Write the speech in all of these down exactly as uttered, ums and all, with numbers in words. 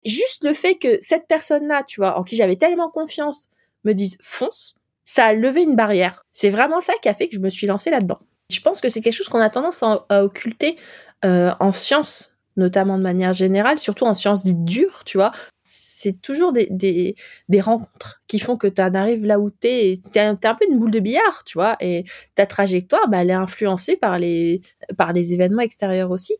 Juste le fait que cette personne-là, tu vois, en qui j'avais tellement confiance, me dise fonce, ça a levé une barrière. C'est vraiment ça qui a fait que je me suis lancée là-dedans. Je pense que c'est quelque chose qu'on a tendance à, à occulter euh, en sciences, notamment de manière générale, surtout en sciences dites dures, tu vois. C'est toujours des, des, des rencontres qui font que tu en arrives là où t'es. T'es un, t'es un peu une boule de billard, tu vois, et ta trajectoire, bah, elle est influencée par les, par les événements extérieurs aussi.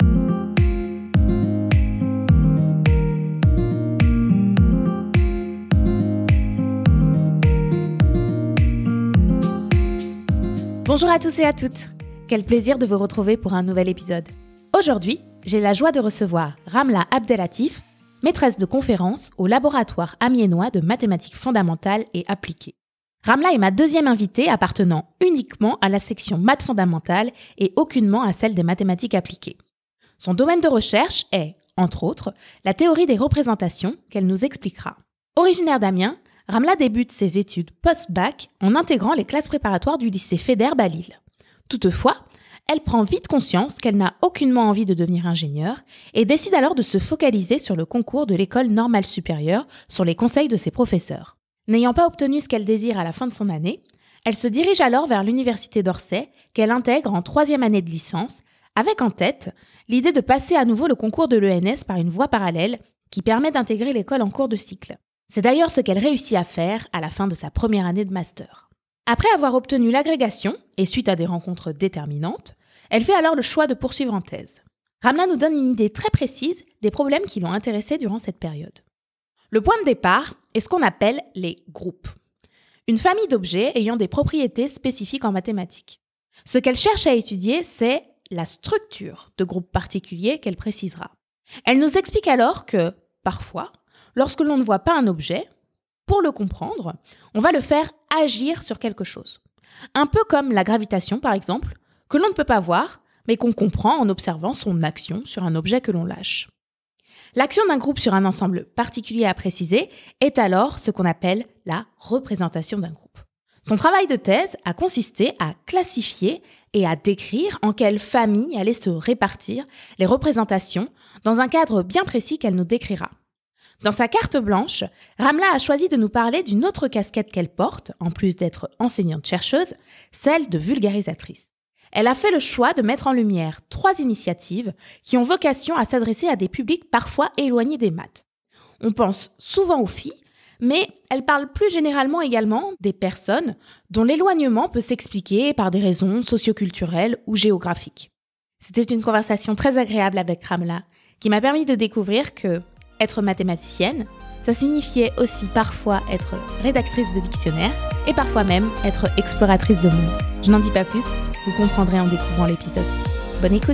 Bonjour à tous et à toutes. Quel plaisir de vous retrouver pour un nouvel épisode. Aujourd'hui, j'ai la joie de recevoir Ramla Abdellatif, maîtresse de conférence au laboratoire amiénois de mathématiques fondamentales et appliquées. Ramla est ma deuxième invitée appartenant uniquement à la section maths fondamentales et aucunement à celle des mathématiques appliquées. Son domaine de recherche est, entre autres, la théorie des représentations qu'elle nous expliquera. Originaire d'Amiens, Ramla débute ses études post-bac en intégrant les classes préparatoires du lycée Faidherbe à Lille. Toutefois, elle prend vite conscience qu'elle n'a aucunement envie de devenir ingénieure et décide alors de se focaliser sur le concours de l'école normale supérieure sur les conseils de ses professeurs. N'ayant pas obtenu ce qu'elle désire à la fin de son année, elle se dirige alors vers l'université d'Orsay qu'elle intègre en troisième année de licence, avec en tête l'idée de passer à nouveau le concours de l'E N S par une voie parallèle qui permet d'intégrer l'école en cours de cycle. C'est d'ailleurs ce qu'elle réussit à faire à la fin de sa première année de master. Après avoir obtenu l'agrégation, et suite à des rencontres déterminantes, elle fait alors le choix de poursuivre en thèse. Ramla nous donne une idée très précise des problèmes qui l'ont intéressée durant cette période. Le point de départ est ce qu'on appelle les groupes. Une famille d'objets ayant des propriétés spécifiques en mathématiques. Ce qu'elle cherche à étudier, c'est la structure de groupes particuliers qu'elle précisera. Elle nous explique alors que, parfois, lorsque l'on ne voit pas un objet, pour le comprendre, on va le faire agir sur quelque chose. Un peu comme la gravitation, par exemple, que l'on ne peut pas voir, mais qu'on comprend en observant son action sur un objet que l'on lâche. L'action d'un groupe sur un ensemble particulier à préciser est alors ce qu'on appelle la représentation d'un groupe. Son travail de thèse a consisté à classifier et à décrire en quelle famille allaient se répartir les représentations dans un cadre bien précis qu'elle nous décrira. Dans sa carte blanche, Ramla a choisi de nous parler d'une autre casquette qu'elle porte, en plus d'être enseignante-chercheuse, celle de vulgarisatrice. Elle a fait le choix de mettre en lumière trois initiatives qui ont vocation à s'adresser à des publics parfois éloignés des maths. On pense souvent aux filles, mais elle parle plus généralement également des personnes dont l'éloignement peut s'expliquer par des raisons socioculturelles ou géographiques. C'était une conversation très agréable avec Ramla, qui m'a permis de découvrir que être mathématicienne, ça signifiait aussi parfois être rédactrice de dictionnaire et parfois même être exploratrice de monde. Je n'en dis pas plus, vous comprendrez en découvrant l'épisode. Bonne écoute.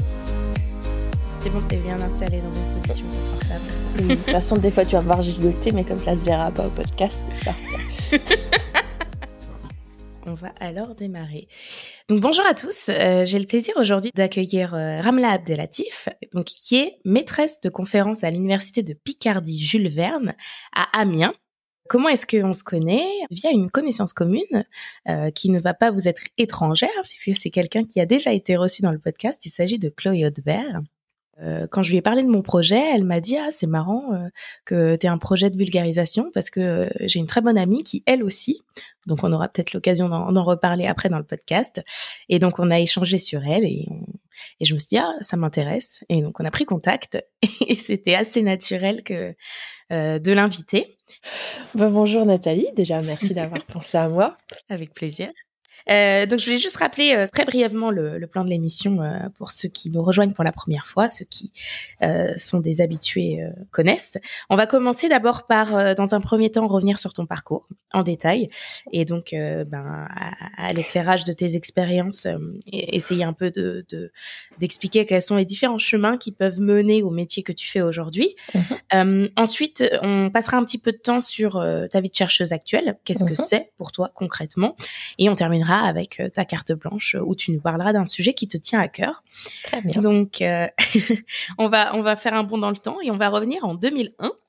C'est bon, t'es bien installée dans une position confortable. Oui, de toute façon, des fois tu vas voir gigoter, mais comme ça se verra pas au podcast, c'est parfait. On va alors démarrer. Donc bonjour à tous, euh, j'ai le plaisir aujourd'hui d'accueillir euh, Ramla Abdellatif, donc qui est maîtresse de conférence à l'université de Picardie Jules Verne à Amiens. Comment est-ce qu'on se connaît ? Via une connaissance commune euh, qui ne va pas vous être étrangère, puisque c'est quelqu'un qui a déjà été reçu dans le podcast. Il s'agit de Chloé Audebert. Euh, quand je lui ai parlé de mon projet, elle m'a dit « Ah, c'est marrant euh, que tu aies un projet de vulgarisation parce que euh, j'ai une très bonne amie qui, elle aussi, donc on aura peut-être l'occasion d'en, d'en reparler après dans le podcast. » Et donc, on a échangé sur elle et, on, et je me suis dit « Ah, ça m'intéresse. » Et donc, on a pris contact et c'était assez naturel que euh, de l'inviter. Bon, bonjour Nathalie, déjà merci d'avoir pensé à moi. Avec plaisir. Euh, donc, je voulais juste rappeler euh, très brièvement le, le plan de l'émission euh, pour ceux qui nous rejoignent pour la première fois, ceux qui euh, sont des habitués euh, connaissent. On va commencer d'abord par, euh, dans un premier temps, revenir sur ton parcours en détail et donc, euh, ben, à, à l'éclairage de tes expériences, euh, essayer un peu de, de d'expliquer quels sont les différents chemins qui peuvent mener au métier que tu fais aujourd'hui. Mmh. Euh, ensuite, on passera un petit peu de temps sur euh, ta vie de chercheuse actuelle. Qu'est-ce mmh. que c'est pour toi concrètement ? Et on terminera avec ta carte blanche où tu nous parleras d'un sujet qui te tient à cœur. Très bien. Donc, euh, on va on va faire un bond dans le temps et on va revenir en deux mille un.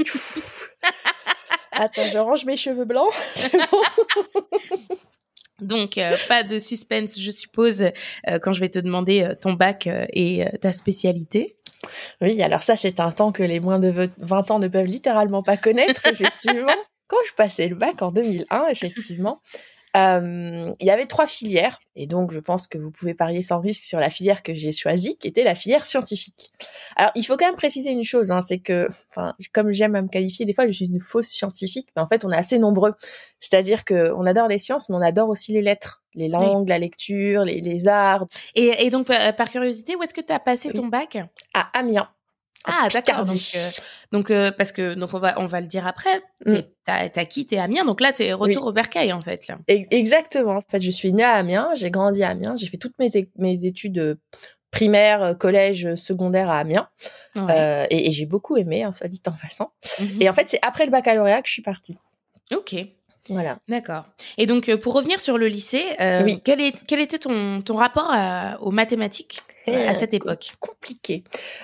Attends, je range mes cheveux blancs. C'est bon. Donc, euh, pas de suspense, je suppose, euh, quand je vais te demander euh, ton bac euh, et euh, ta spécialité. Oui, alors ça, c'est un temps que les moins de vingt ans ne peuvent littéralement pas connaître, effectivement. Quand je passais le bac en deux mille un, effectivement, euh, il y avait trois filières. Et donc, je pense que vous pouvez parier sans risque sur la filière que j'ai choisie, qui était la filière scientifique. Alors, il faut quand même préciser une chose, hein, c'est que, enfin, comme j'aime à me qualifier, des fois, je suis une fausse scientifique, mais en fait, on est assez nombreux. C'est-à-dire que on adore les sciences, mais on adore aussi les lettres, les langues, oui. La lecture, les, les arts. Et, et donc, par curiosité, où est-ce que tu as passé oui. ton bac ? À Amiens. Ah d'accord, donc, euh, donc euh, parce que donc on va on va le dire après. Mm. T'as t'as quitté Amiens, donc là t'es retour oui. au Bercail en fait là. Exactement. En fait, je suis née à Amiens, j'ai grandi à Amiens, j'ai fait toutes mes mes études primaires, collège, secondaire à Amiens, ouais. euh, et, et j'ai beaucoup aimé, hein, soit dit en passant. Mm-hmm. Et en fait, c'est après le baccalauréat que je suis partie. Ok. Voilà. D'accord. Et donc, pour revenir sur le lycée, euh, oui. quel, est, quel était ton, ton rapport à, aux mathématiques euh, à cette époque ? Compliqué.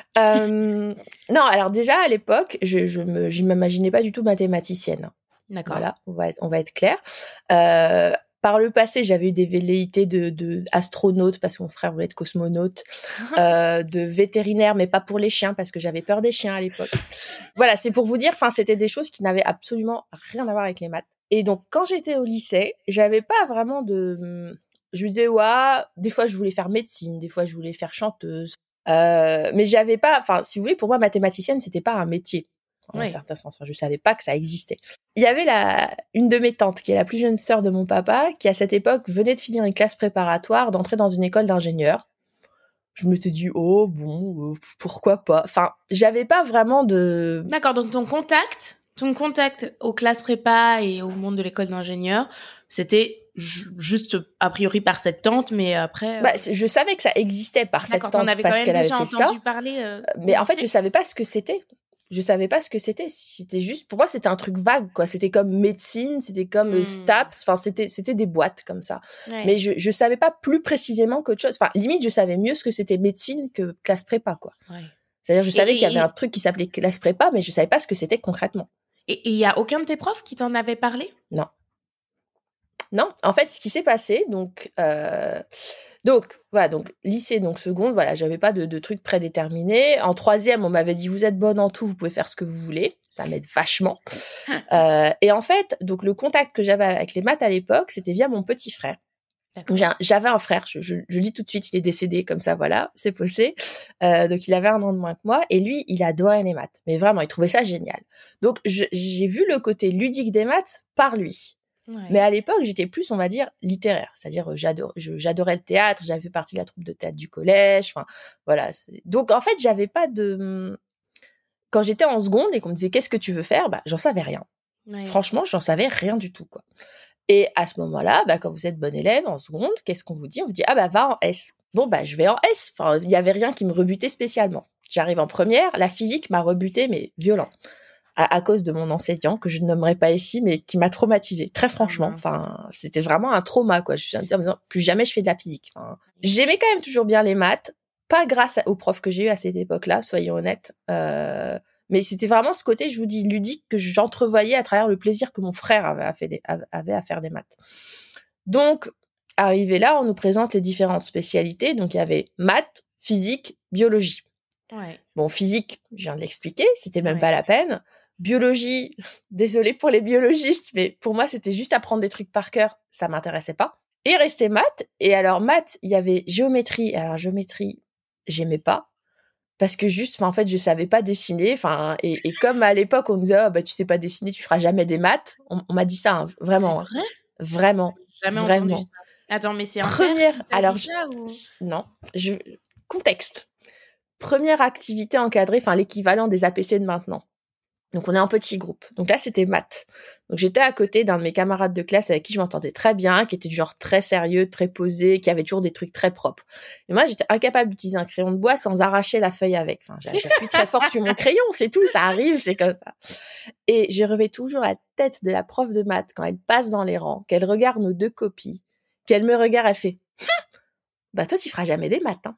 euh, non, alors déjà, à l'époque, je, je me, je m'imaginais pas du tout mathématicienne. D'accord. Voilà, on va être, on va être clair. Euh, par le passé, j'avais eu des velléités de, de astronaute parce que mon frère voulait être cosmonaute, euh, de vétérinaire, mais pas pour les chiens parce que j'avais peur des chiens à l'époque. Voilà, c'est pour vous dire, enfin, c'était des choses qui n'avaient absolument rien à voir avec les maths. Et donc, quand j'étais au lycée, j'avais pas vraiment de... Je me disais, ouais, des fois, je voulais faire médecine, des fois, je voulais faire chanteuse. Euh, mais j'avais pas... Enfin, si vous voulez, pour moi, mathématicienne, c'était pas un métier, en oui. un certain sens. Enfin, je savais pas que ça existait. Il y avait la, une de mes tantes, qui est la plus jeune sœur de mon papa, qui, à cette époque, venait de finir une classe préparatoire, d'entrer dans une école d'ingénieur. Je me suis dit, oh, bon, euh, pourquoi pas. Enfin, j'avais pas vraiment de... D'accord, donc ton contact... Ton contact aux classes prépa et au monde de l'école d'ingénieur, c'était ju- juste a priori par cette tante, mais après. Euh... Bah, je savais que ça existait par cette tante t'en avais parce quand même qu'elle avait déjà fait entendu ça. Parler, euh, mais en fait, je savais pas ce que c'était. Je savais pas ce que c'était. C'était juste, pour moi, c'était un truc vague, quoi. C'était comme médecine, c'était comme mmh. Staps. Enfin, c'était, c'était des boîtes comme ça. Ouais. Mais je, je savais pas plus précisément qu'autre chose. Enfin, limite, je savais mieux ce que c'était médecine que classe prépa, quoi. Ouais. C'est-à-dire, je savais et, qu'il y avait et... un truc qui s'appelait classe prépa, mais je savais pas ce que c'était concrètement. Et il y a aucun de tes profs qui t'en avait parlé ? Non. Non, en fait, ce qui s'est passé, donc, euh, donc, voilà, donc lycée, donc seconde, voilà, j'avais pas de, de trucs prédéterminés. En troisième, on m'avait dit vous êtes bonne en tout, vous pouvez faire ce que vous voulez, ça m'aide vachement. euh, et en fait, donc le contact que j'avais avec les maths à l'époque, c'était via mon petit frère. Donc, j'avais un frère, je, je, je le dis tout de suite, il est décédé comme ça, voilà, c'est posé. Euh, donc il avait un an de moins que moi, et lui, il adorait les maths, mais vraiment, il trouvait ça génial. Donc je, j'ai vu le côté ludique des maths par lui. Ouais. Mais à l'époque, j'étais plus, on va dire, littéraire. C'est-à-dire, j'adore, je, j'adorais le théâtre, j'avais fait partie de la troupe de théâtre du collège, enfin, voilà. C'est... Donc, en fait, j'avais pas de... Quand j'étais en seconde et qu'on me disait « Qu'est-ce que tu veux faire ?» bah, j'en savais rien. Ouais. Franchement, j'en savais rien du tout, quoi. Et à ce moment-là, bah, quand vous êtes bonne élève en seconde, qu'est-ce qu'on vous dit ? On vous dit « Ah bah, va en S ». Bon, bah, je vais en S. Enfin, il y avait rien qui me rebutait spécialement. J'arrive en première, la physique m'a rebuté, mais violent. À, à cause de mon enseignant, que je ne nommerai pas ici, mais qui m'a traumatisée, très franchement. Enfin, c'était vraiment un trauma, quoi. Je suis en me disant, plus jamais je fais de la physique. Enfin, j'aimais quand même toujours bien les maths, pas grâce aux profs que j'ai eu à cette époque-là, soyons honnêtes. Euh, mais c'était vraiment ce côté, je vous dis, ludique, que j'entrevoyais à travers le plaisir que mon frère avait à, fait des, avait à faire des maths. Donc, arrivé là, on nous présente les différentes spécialités. Donc, il y avait maths, physique, biologie. Ouais. Bon, physique, je viens de l'expliquer, c'était même ouais. pas la peine. Biologie, désolée pour les biologistes, mais pour moi, c'était juste apprendre des trucs par cœur, ça m'intéressait pas. Et il restait maths, et alors maths, il y avait géométrie. Et alors géométrie, j'aimais pas, parce que juste, en fait, je savais pas dessiner, enfin, et, et comme à l'époque, on nous disait, oh, bah, tu sais pas dessiner, tu feras jamais des maths, on, on m'a dit ça, hein, vraiment. C'est vrai ? Vraiment. Jamais vraiment. entendu ça. Attends, mais c'est un Première, père alors, dit ça, ou... non, je, contexte. Première activité encadrée, enfin, l'équivalent des A P C de maintenant. Donc, on est en petit groupe. Donc là, c'était maths. Donc, j'étais à côté d'un de mes camarades de classe avec qui je m'entendais très bien, qui était du genre très sérieux, très posé, qui avait toujours des trucs très propres. Et moi, j'étais incapable d'utiliser un crayon de bois sans arracher la feuille avec. Enfin, j'appuie très fort sur mon crayon, c'est tout, ça arrive, c'est comme ça. Et je revais toujours la tête de la prof de maths quand elle passe dans les rangs, qu'elle regarde nos deux copies, qu'elle me regarde, elle fait « Bah, toi, tu feras jamais des maths, hein. »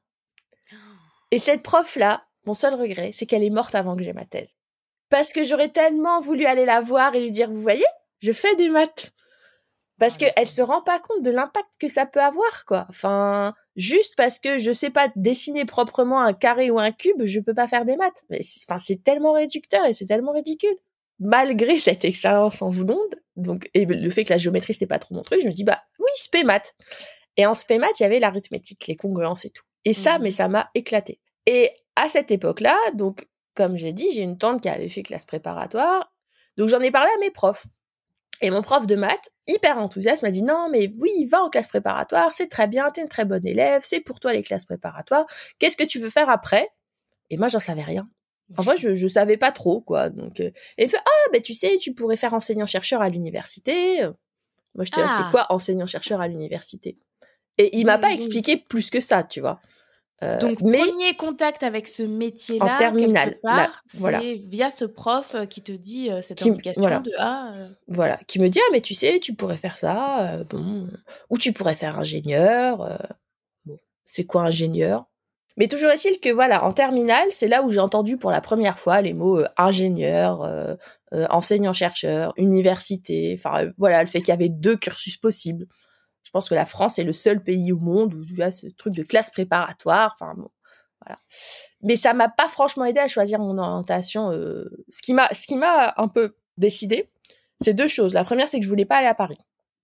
Et cette prof-là, mon seul regret, c'est qu'elle est morte avant que j'aie ma thèse. Parce que j'aurais tellement voulu aller la voir et lui dire, vous voyez, je fais des maths. Parce qu'elle se rend pas compte de l'impact que ça peut avoir, quoi. Enfin, juste parce que je sais pas dessiner proprement un carré ou un cube, je peux pas faire des maths. Mais c'est, enfin, c'est tellement réducteur et c'est tellement ridicule. Malgré cette expérience en seconde, donc, et le fait que la géométrie c'était pas trop mon truc, je me dis, bah, oui, spé maths. Et en spé maths, il y avait l'arithmétique, les congruences et tout. Et ça, mmh. mais ça m'a éclaté. Et à cette époque-là, donc, comme j'ai dit, j'ai une tante qui avait fait classe préparatoire. Donc, j'en ai parlé à mes profs. Et mon prof de maths, hyper enthousiaste, m'a dit « Non, mais oui, va en classe préparatoire, c'est très bien, t'es une très bonne élève, c'est pour toi les classes préparatoires. Qu'est-ce que tu veux faire après ?» Et moi, j'en savais rien. En vrai, je, je savais pas trop, quoi. Donc, euh, et il me fait « Ah, ben tu sais, tu pourrais faire enseignant-chercheur à l'université. » Moi, je te dis ah. « C'est quoi enseignant-chercheur à l'université ?» Et il mmh, m'a pas mmh. expliqué plus que ça, tu vois. Euh, Donc, mais premier contact avec ce métier-là, en terminale, part, là, c'est voilà. via ce prof qui te dit euh, cette qui, indication voilà. de ah. Euh... Voilà, qui me dit ah mais tu sais, tu pourrais faire ça, euh, bon, ou tu pourrais faire ingénieur. Euh, bon, c'est quoi ingénieur ? Mais toujours est-il que voilà, en terminale, c'est là où j'ai entendu pour la première fois les mots euh, ingénieur, euh, euh, enseignant-chercheur, université. Enfin euh, voilà, le fait qu'il y avait deux cursus possibles. Je pense que la France est le seul pays au monde où il y a ce truc de classe préparatoire. Enfin bon, voilà. Mais ça m'a pas franchement aidé à choisir mon orientation. Euh, ce qui m'a, ce qui m'a un peu décidé, c'est deux choses. La première, c'est que je voulais pas aller à Paris.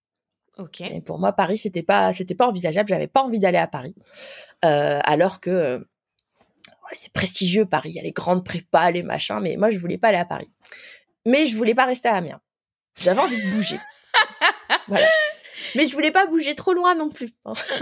Ok. Et pour moi, Paris, c'était pas, c'était pas envisageable. J'avais pas envie d'aller à Paris, euh, alors que euh, ouais, c'est prestigieux Paris. Il y a les grandes prépas, les machins. Mais moi, je voulais pas aller à Paris. Mais je voulais pas rester à Amiens. J'avais envie de bouger. Voilà. Mais je voulais pas bouger trop loin non plus.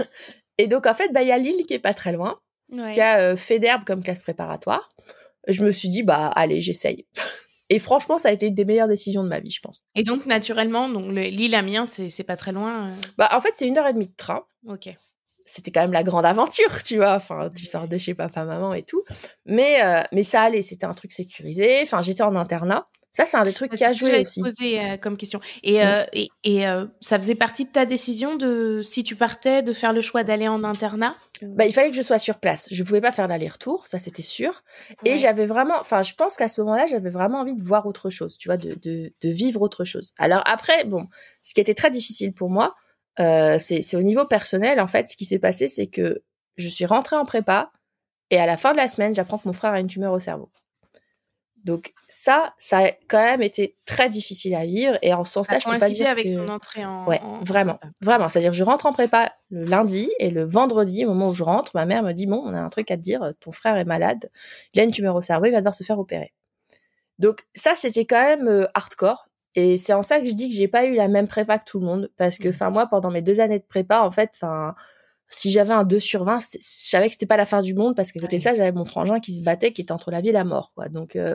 Et donc, en fait, bah, il y a Lille qui est pas très loin, ouais. qui a euh, Faidherbe comme classe préparatoire. Je me suis dit, bah, allez, j'essaye. Et franchement, ça a été une des meilleures décisions de ma vie, je pense. Et donc, naturellement, donc, le, Lille-Amiens, c'est, c'est pas très loin euh... Bah, en fait, c'est une heure et demie de train. Ok. C'était quand même la grande aventure, tu vois. Enfin, tu sors de chez papa, maman et tout. Mais, euh, mais ça allait, c'était un truc sécurisé. Enfin, j'étais en internat. Ça, c'est un des trucs qui a joué aussi. C'est ce que j'allais te poser euh, comme question. Et, euh, mmh. et, et euh, ça faisait partie de ta décision de, si tu partais, de faire le choix d'aller en internat ? Bah, il fallait que je sois sur place. Je pouvais pas faire l'aller-retour, ça c'était sûr. Ouais. Et j'avais vraiment, enfin, je pense qu'à ce moment-là, j'avais vraiment envie de voir autre chose, tu vois, de, de, de vivre autre chose. Alors après, bon, ce qui était très difficile pour moi, euh, c'est, c'est au niveau personnel, en fait, ce qui s'est passé, c'est que je suis rentrée en prépa et à la fin de la semaine, j'apprends que mon frère a une tumeur au cerveau. Donc ça, ça a quand même été très difficile à vivre et en ce sens-là, je peux pas dire avec que... son entrée en... Ouais, en... vraiment, vraiment. C'est-à-dire que je rentre en prépa le lundi et le vendredi, au moment où je rentre, ma mère me dit « Bon, on a un truc à te dire, ton frère est malade, il a une tumeur au cerveau, il va devoir se faire opérer. » Donc ça, c'était quand même euh, hardcore et c'est en ça que je dis que j'ai pas eu la même prépa que tout le monde parce que, enfin, moi, pendant mes deux années de prépa, en fait, enfin... Si j'avais un deux sur vingt, je savais que c'était pas la fin du monde parce qu'à côté de ça, j'avais mon frangin qui se battait, qui était entre la vie et la mort, quoi. Donc... Euh...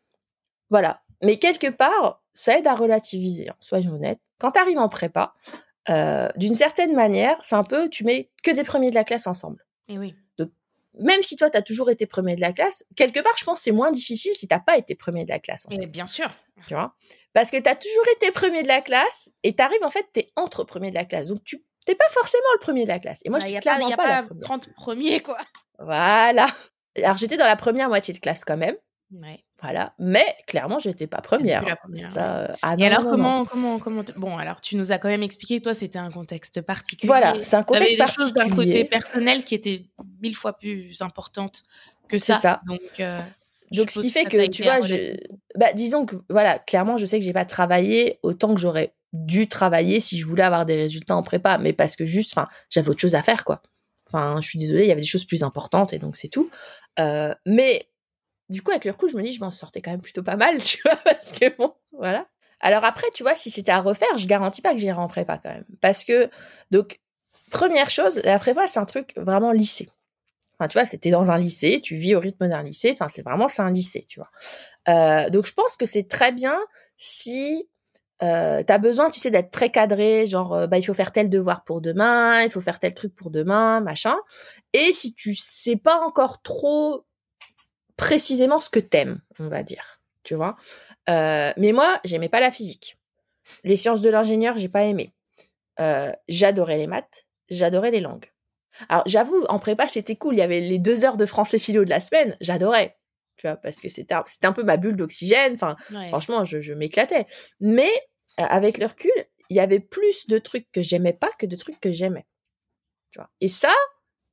Voilà. Mais quelque part, ça aide à relativiser, hein, soyons honnêtes. Quand tu arrives en prépa, euh, d'une certaine manière, c'est un peu, tu mets que des premiers de la classe ensemble. Et oui. Donc, même si toi, tu as toujours été premier de la classe, quelque part, je pense que c'est moins difficile si tu n'as pas été premier de la classe. En et fait. Bien sûr. Tu vois ? Parce que tu as toujours été premier de la classe et tu arrives, en fait, tu es entre premiers de la classe. Donc, tu n'es pas forcément le premier de la classe. Et moi, bah, je n'étais clairement pas, pas, pas la première. trente premiers, quoi. Voilà. Alors, j'étais dans la première moitié de classe quand même. Ouais. Voilà, mais clairement, je n'étais pas première. La première ça, ouais. euh, ah Et non, alors, non, comment, non. comment, comment, bon, alors, tu nous as quand même expliqué que toi, c'était un contexte particulier. Voilà, c'est un contexte particulier. particulier. Des choses d'un côté personnel qui étaient mille fois plus importantes que ça. C'est ça. Donc, euh, Donc ce qui fait que, tu vois, je... bah, disons que, voilà, clairement, je sais que j'ai pas travaillé autant que j'aurais dû travailler si je voulais avoir des résultats en prépa, mais parce que juste, enfin, j'avais autre chose à faire, quoi. Enfin, je suis désolée, il y avait des choses plus importantes et donc c'est tout. Euh, mais du coup, avec le recul, je me dis, je m'en sortais quand même plutôt pas mal, tu vois, parce que bon, voilà. Alors après, tu vois, si c'était à refaire, je garantis pas que j'irai en prépa quand même. Parce que, donc, première chose, la prépa, c'est un truc vraiment lycée. Enfin, tu vois, c'était dans un lycée, tu vis au rythme d'un lycée, enfin, c'est vraiment, c'est un lycée, tu vois. Euh, donc, je pense que c'est très bien si euh, t'as besoin, tu sais, d'être très cadré, genre, euh, bah, il faut faire tel devoir pour demain, il faut faire tel truc pour demain, machin. Et si tu sais pas encore trop précisément ce que t'aimes, on va dire, tu vois. Euh, mais moi, j'aimais pas la physique. Les sciences de l'ingénieur, j'ai pas aimé. Euh, j'adorais les maths, j'adorais les langues. Alors, j'avoue, en prépa, c'était cool. Il y avait les deux heures de français philo de la semaine, j'adorais, tu vois, parce que c'était un, c'était un peu ma bulle d'oxygène. Enfin, ouais. Franchement, je, je m'éclatais. Mais euh, avec le recul, il y avait plus de trucs que j'aimais pas que de trucs que j'aimais, tu vois. Et ça,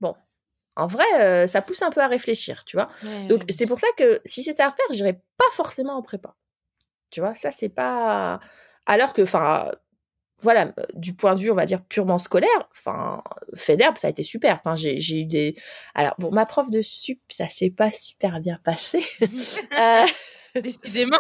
en vrai, euh, ça pousse un peu à réfléchir, tu vois. Ouais, Donc, ouais, c'est pour ça que si c'était à refaire, j'irais pas forcément en prépa. Tu vois, ça, c'est pas... Alors que, enfin, voilà, du point de vue, on va dire, purement scolaire, enfin, FEDERB, ça a été super. Enfin, j'ai, j'ai eu des... Alors, bon, ma prof de sup, ça s'est pas super bien passé. euh... Décidément.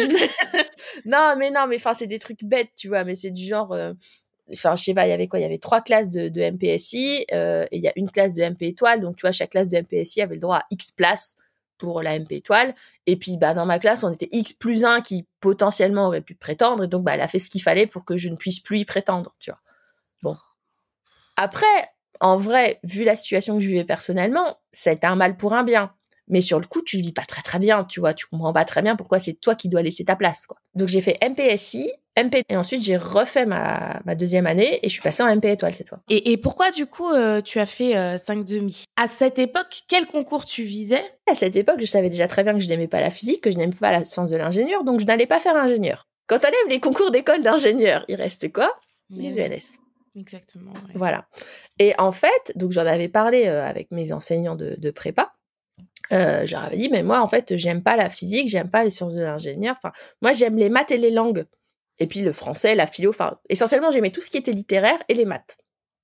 non, mais non, mais enfin, c'est des trucs bêtes, tu vois, mais c'est du genre... euh, Enfin, je sais pas, il y avait quoi? Il y avait trois classes de, de M P S I euh, et il y a une classe de M P étoile. Donc, tu vois, chaque classe de M P S I avait le droit à X places pour la M P étoile. Et puis, bah, dans ma classe, on était X plus un qui potentiellement aurait pu prétendre. Et donc, bah, elle a fait ce qu'il fallait pour que je ne puisse plus y prétendre, tu vois. Bon. Après, en vrai, vu la situation que je vivais personnellement, c'était un mal pour un bien. Mais sur le coup, tu le vis pas très très bien, tu vois. Tu comprends pas très bien pourquoi c'est toi qui dois laisser ta place, quoi. Donc, j'ai fait M P S I, M P, et ensuite, j'ai refait ma, ma deuxième année et je suis passée en M P étoile cette fois. Et, et pourquoi, du coup, euh, tu as fait euh, cinq demi? À cette époque, quel concours tu visais? À cette époque, je savais déjà très bien que je n'aimais pas la physique, que je n'aimais pas la science de l'ingénieur, donc je n'allais pas faire ingénieur. Quand on lève les concours d'école d'ingénieur, il reste quoi? Mais Les oui. E N S. Exactement. Ouais. Voilà. Et en fait, donc j'en avais parlé euh, avec mes enseignants de, de prépa. Euh, je leur avais dit, mais moi, en fait, j'aime pas la physique, j'aime pas les sciences de l'ingénieur. Enfin, moi, j'aime les maths et les langues. Et puis le français, la philo. Enfin, essentiellement, j'aimais tout ce qui était littéraire et les maths.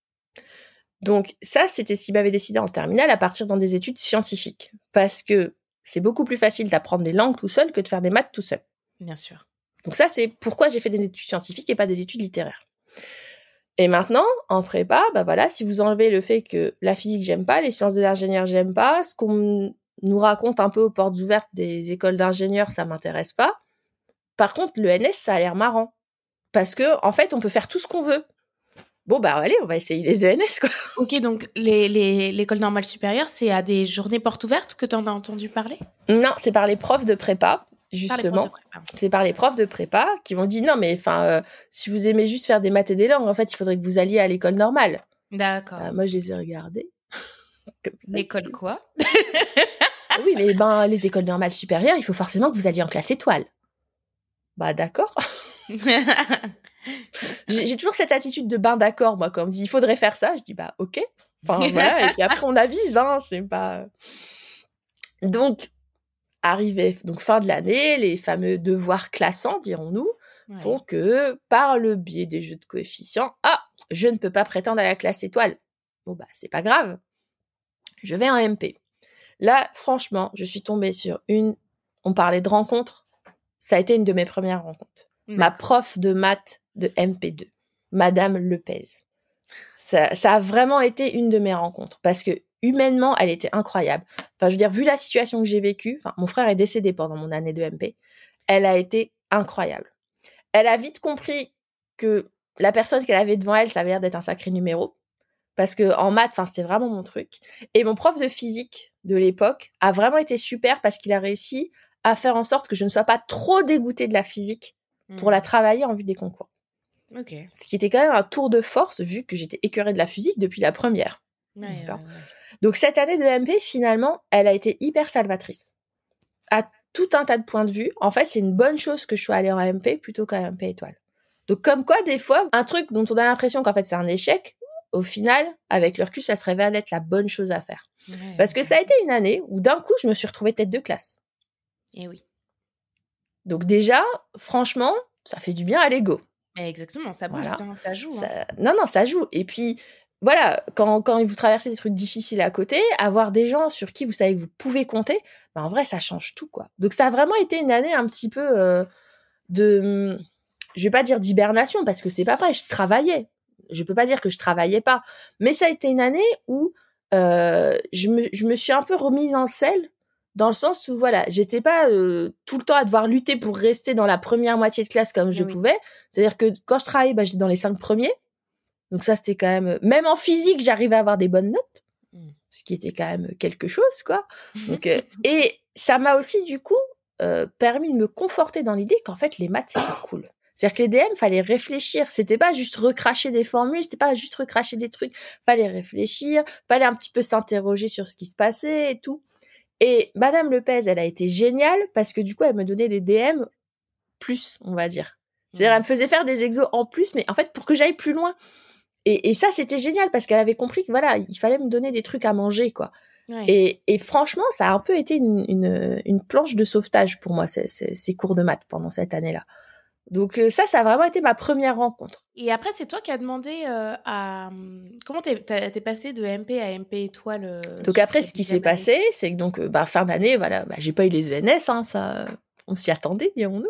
Donc ça, c'était ce qui m'avait décidé en terminale à partir dans des études scientifiques. Parce que c'est beaucoup plus facile d'apprendre des langues tout seul que de faire des maths tout seul. Bien sûr. Donc ça, c'est pourquoi j'ai fait des études scientifiques et pas des études littéraires. Et maintenant, en prépa, bah voilà, si vous enlevez le fait que la physique, j'aime pas, les sciences de l'ingénieur, j'aime pas, ce qu'on nous raconte un peu aux portes ouvertes des écoles d'ingénieurs, ça m'intéresse pas. Par contre, l'E N S, ça a l'air marrant. Parce que, en fait, on peut faire tout ce qu'on veut. Bon, bah allez, on va essayer les E N S, quoi. Ok, donc les, les, l'école normale supérieure, c'est à des journées portes ouvertes que tu en as entendu parler? Non, c'est par les profs de prépa, justement. Par les profs de prépa. C'est par les profs de prépa qui m'ont dit non, mais enfin, euh, si vous aimez juste faire des maths et des langues, en fait, il faudrait que vous alliez à l'école normale. D'accord. Euh, moi, je les ai regardés. Comme ça. L'école quoi? Oui, mais ben, les écoles normales supérieures, il faut forcément que vous alliez en classe étoile. Bah, d'accord. j'ai, j'ai toujours cette attitude de ben d'accord, moi, quand on me dit il faudrait faire ça, je dis bah ok. Enfin, voilà, et puis après, on avise, hein, c'est pas. Donc, arrivé, donc fin de l'année, les fameux devoirs classants, dirons-nous, ouais. font que, par le biais des jeux de coefficients, ah, je ne peux pas prétendre à la classe étoile. Bon, bah, c'est pas grave. Je vais en M P. Là, franchement, je suis tombée sur une... On parlait de rencontres. Ça a été une de mes premières rencontres. D'accord. Ma prof de maths de M P deux, Madame Lepez. Ça, ça a vraiment été une de mes rencontres parce que humainement, elle était incroyable. Enfin, je veux dire, vu la situation que j'ai vécue, enfin, mon frère est décédé pendant mon année de M P, elle a été incroyable. Elle a vite compris que la personne qu'elle avait devant elle, ça avait l'air d'être un sacré numéro. Parce que en maths, enfin, c'était vraiment mon truc. Et mon prof de physique de l'époque a vraiment été super parce qu'il a réussi à faire en sorte que je ne sois pas trop dégoûtée de la physique pour mmh. la travailler en vue des concours. Ok. Ce qui était quand même un tour de force vu que j'étais écœurée de la physique depuis la première. Ouais, ouais, ouais. Donc cette année de M P, finalement, elle a été hyper salvatrice. À tout un tas de points de vue. En fait, c'est une bonne chose que je sois allée en M P plutôt qu'en M P étoile. Donc comme quoi, des fois, un truc dont on a l'impression qu'en fait c'est un échec, au final, avec le recul, ça se révèle être la bonne chose à faire. Ouais, Parce que ça a été une année où d'un coup, je me suis retrouvée tête de classe. Et oui. Donc déjà, franchement, ça fait du bien à l'ego. Exactement, ça booste, voilà. hein, ça joue. Ça... Hein. Non, non, ça joue. Et puis, voilà, quand, quand vous traversez des trucs difficiles à côté, avoir des gens sur qui vous savez que vous pouvez compter, ben en vrai, ça change tout, quoi. Donc ça a vraiment été une année un petit peu euh, de... Je vais pas dire d'hibernation, parce que c'est pas vrai, je travaillais. Je peux pas dire que je travaillais pas. Mais ça a été une année où euh, je, me, je me suis un peu remise en selle, dans le sens où, voilà, j'étais pas euh, tout le temps à devoir lutter pour rester dans la première moitié de classe comme je oui. pouvais. C'est-à-dire que quand je travaillais, bah, j'étais dans les cinq premiers. Donc ça, c'était quand même... Même en physique, j'arrivais à avoir des bonnes notes. Mm. Ce qui était quand même quelque chose, quoi. Donc, euh, et ça m'a aussi, du coup, euh, permis de me conforter dans l'idée qu'en fait, les maths, c'était cool. C'est-à-dire que les D M, fallait réfléchir. C'était pas juste recracher des formules, c'était pas juste recracher des trucs. Fallait réfléchir, fallait un petit peu s'interroger sur ce qui se passait et tout. Et Madame Lepez, elle a été géniale parce que du coup, elle me donnait des D M plus, on va dire. C'est-à-dire, mmh. elle me faisait faire des exos en plus, mais en fait, pour que j'aille plus loin. Et, et ça, c'était génial parce qu'elle avait compris que voilà, il fallait me donner des trucs à manger, quoi. Ouais. Et, et franchement, ça a un peu été une, une, une planche de sauvetage pour moi, ces, ces, ces cours de maths pendant cette année-là. Donc euh, ça, ça a vraiment été ma première rencontre. Et après, c'est toi qui as demandé euh, à... Comment t'es, t'es passé de M P à M P étoile euh, Donc après, ce qui s'est passé, c'est que donc, euh, bah, fin d'année, voilà, bah, j'ai pas eu les E N S, hein, ça, on s'y attendait, dirons-nous.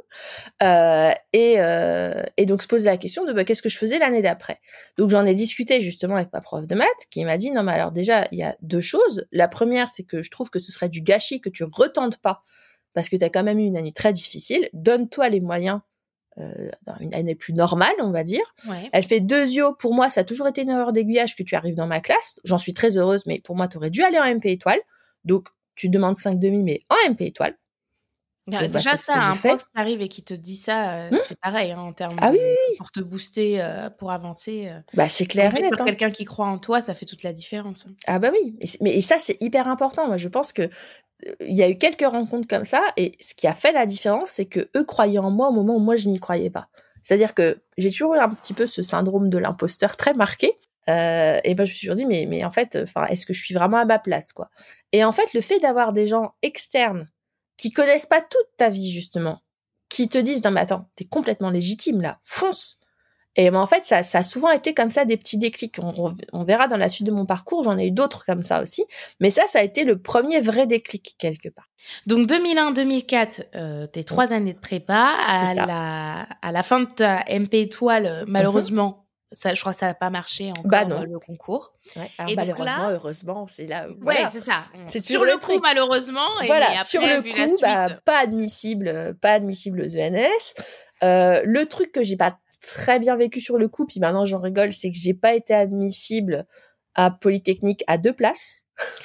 Euh, et, euh, et donc se pose la question de bah, qu'est-ce que je faisais l'année d'après. Donc j'en ai discuté justement avec ma prof de maths qui m'a dit non mais alors déjà il y a deux choses. La première c'est que je trouve que ce serait du gâchis que tu retentes pas parce que tu as quand même eu une année très difficile. Donne-toi les moyens euh, dans une année plus normale on va dire. Ouais. Elle fait deux I O. Pour moi ça a toujours été une erreur d'aiguillage que tu arrives dans ma classe. J'en suis très heureuse mais pour moi tu aurais dû aller en M P étoile. Donc tu demandes cinq demi mais en M P étoile. Donc, Déjà, bah, ça, un fait. prof qui arrive et qui te dit ça, euh, mmh. c'est pareil, hein, en termes ah de... Oui, oui. Pour te booster, euh, pour avancer. Euh, bah, c'est clair et net. Sur hein. quelqu'un qui croit en toi, ça fait toute la différence. Ah bah oui, et mais et ça, c'est hyper important. Moi, je pense que il y a eu quelques rencontres comme ça, et ce qui a fait la différence, c'est que eux croyaient en moi au moment où moi, je n'y croyais pas. C'est-à-dire que j'ai toujours eu un petit peu ce syndrome de l'imposteur très marqué. Euh, et ben, je me suis toujours dit, mais, mais en fait, enfin, est-ce que je suis vraiment à ma place, quoi? Et en fait, le fait d'avoir des gens externes qui connaissent pas toute ta vie, justement, qui te disent, non, mais attends, t'es complètement légitime, là, fonce. Et ben, en fait, ça, ça a souvent été comme ça des petits déclics. On, on verra dans la suite de mon parcours, j'en ai eu d'autres comme ça aussi. Mais ça, ça a été le premier vrai déclic, quelque part. Donc, deux mille un deux mille quatre, euh, tes trois mmh. années de prépa. À la, à la fin de ta M P étoile, malheureusement, mmh. Ça, je crois que ça n'a pas marché encore bah non. le concours. Ouais, alors et malheureusement, là, heureusement, c'est là. Ouais, voilà. c'est ça. C'est sur le, le coup, truc. malheureusement. Et voilà, après, sur le coup, bah, pas admissible, pas admissible aux E N S. Euh, le truc que j'ai pas très bien vécu sur le coup, puis maintenant j'en rigole, c'est que j'ai pas été admissible à Polytechnique à deux places.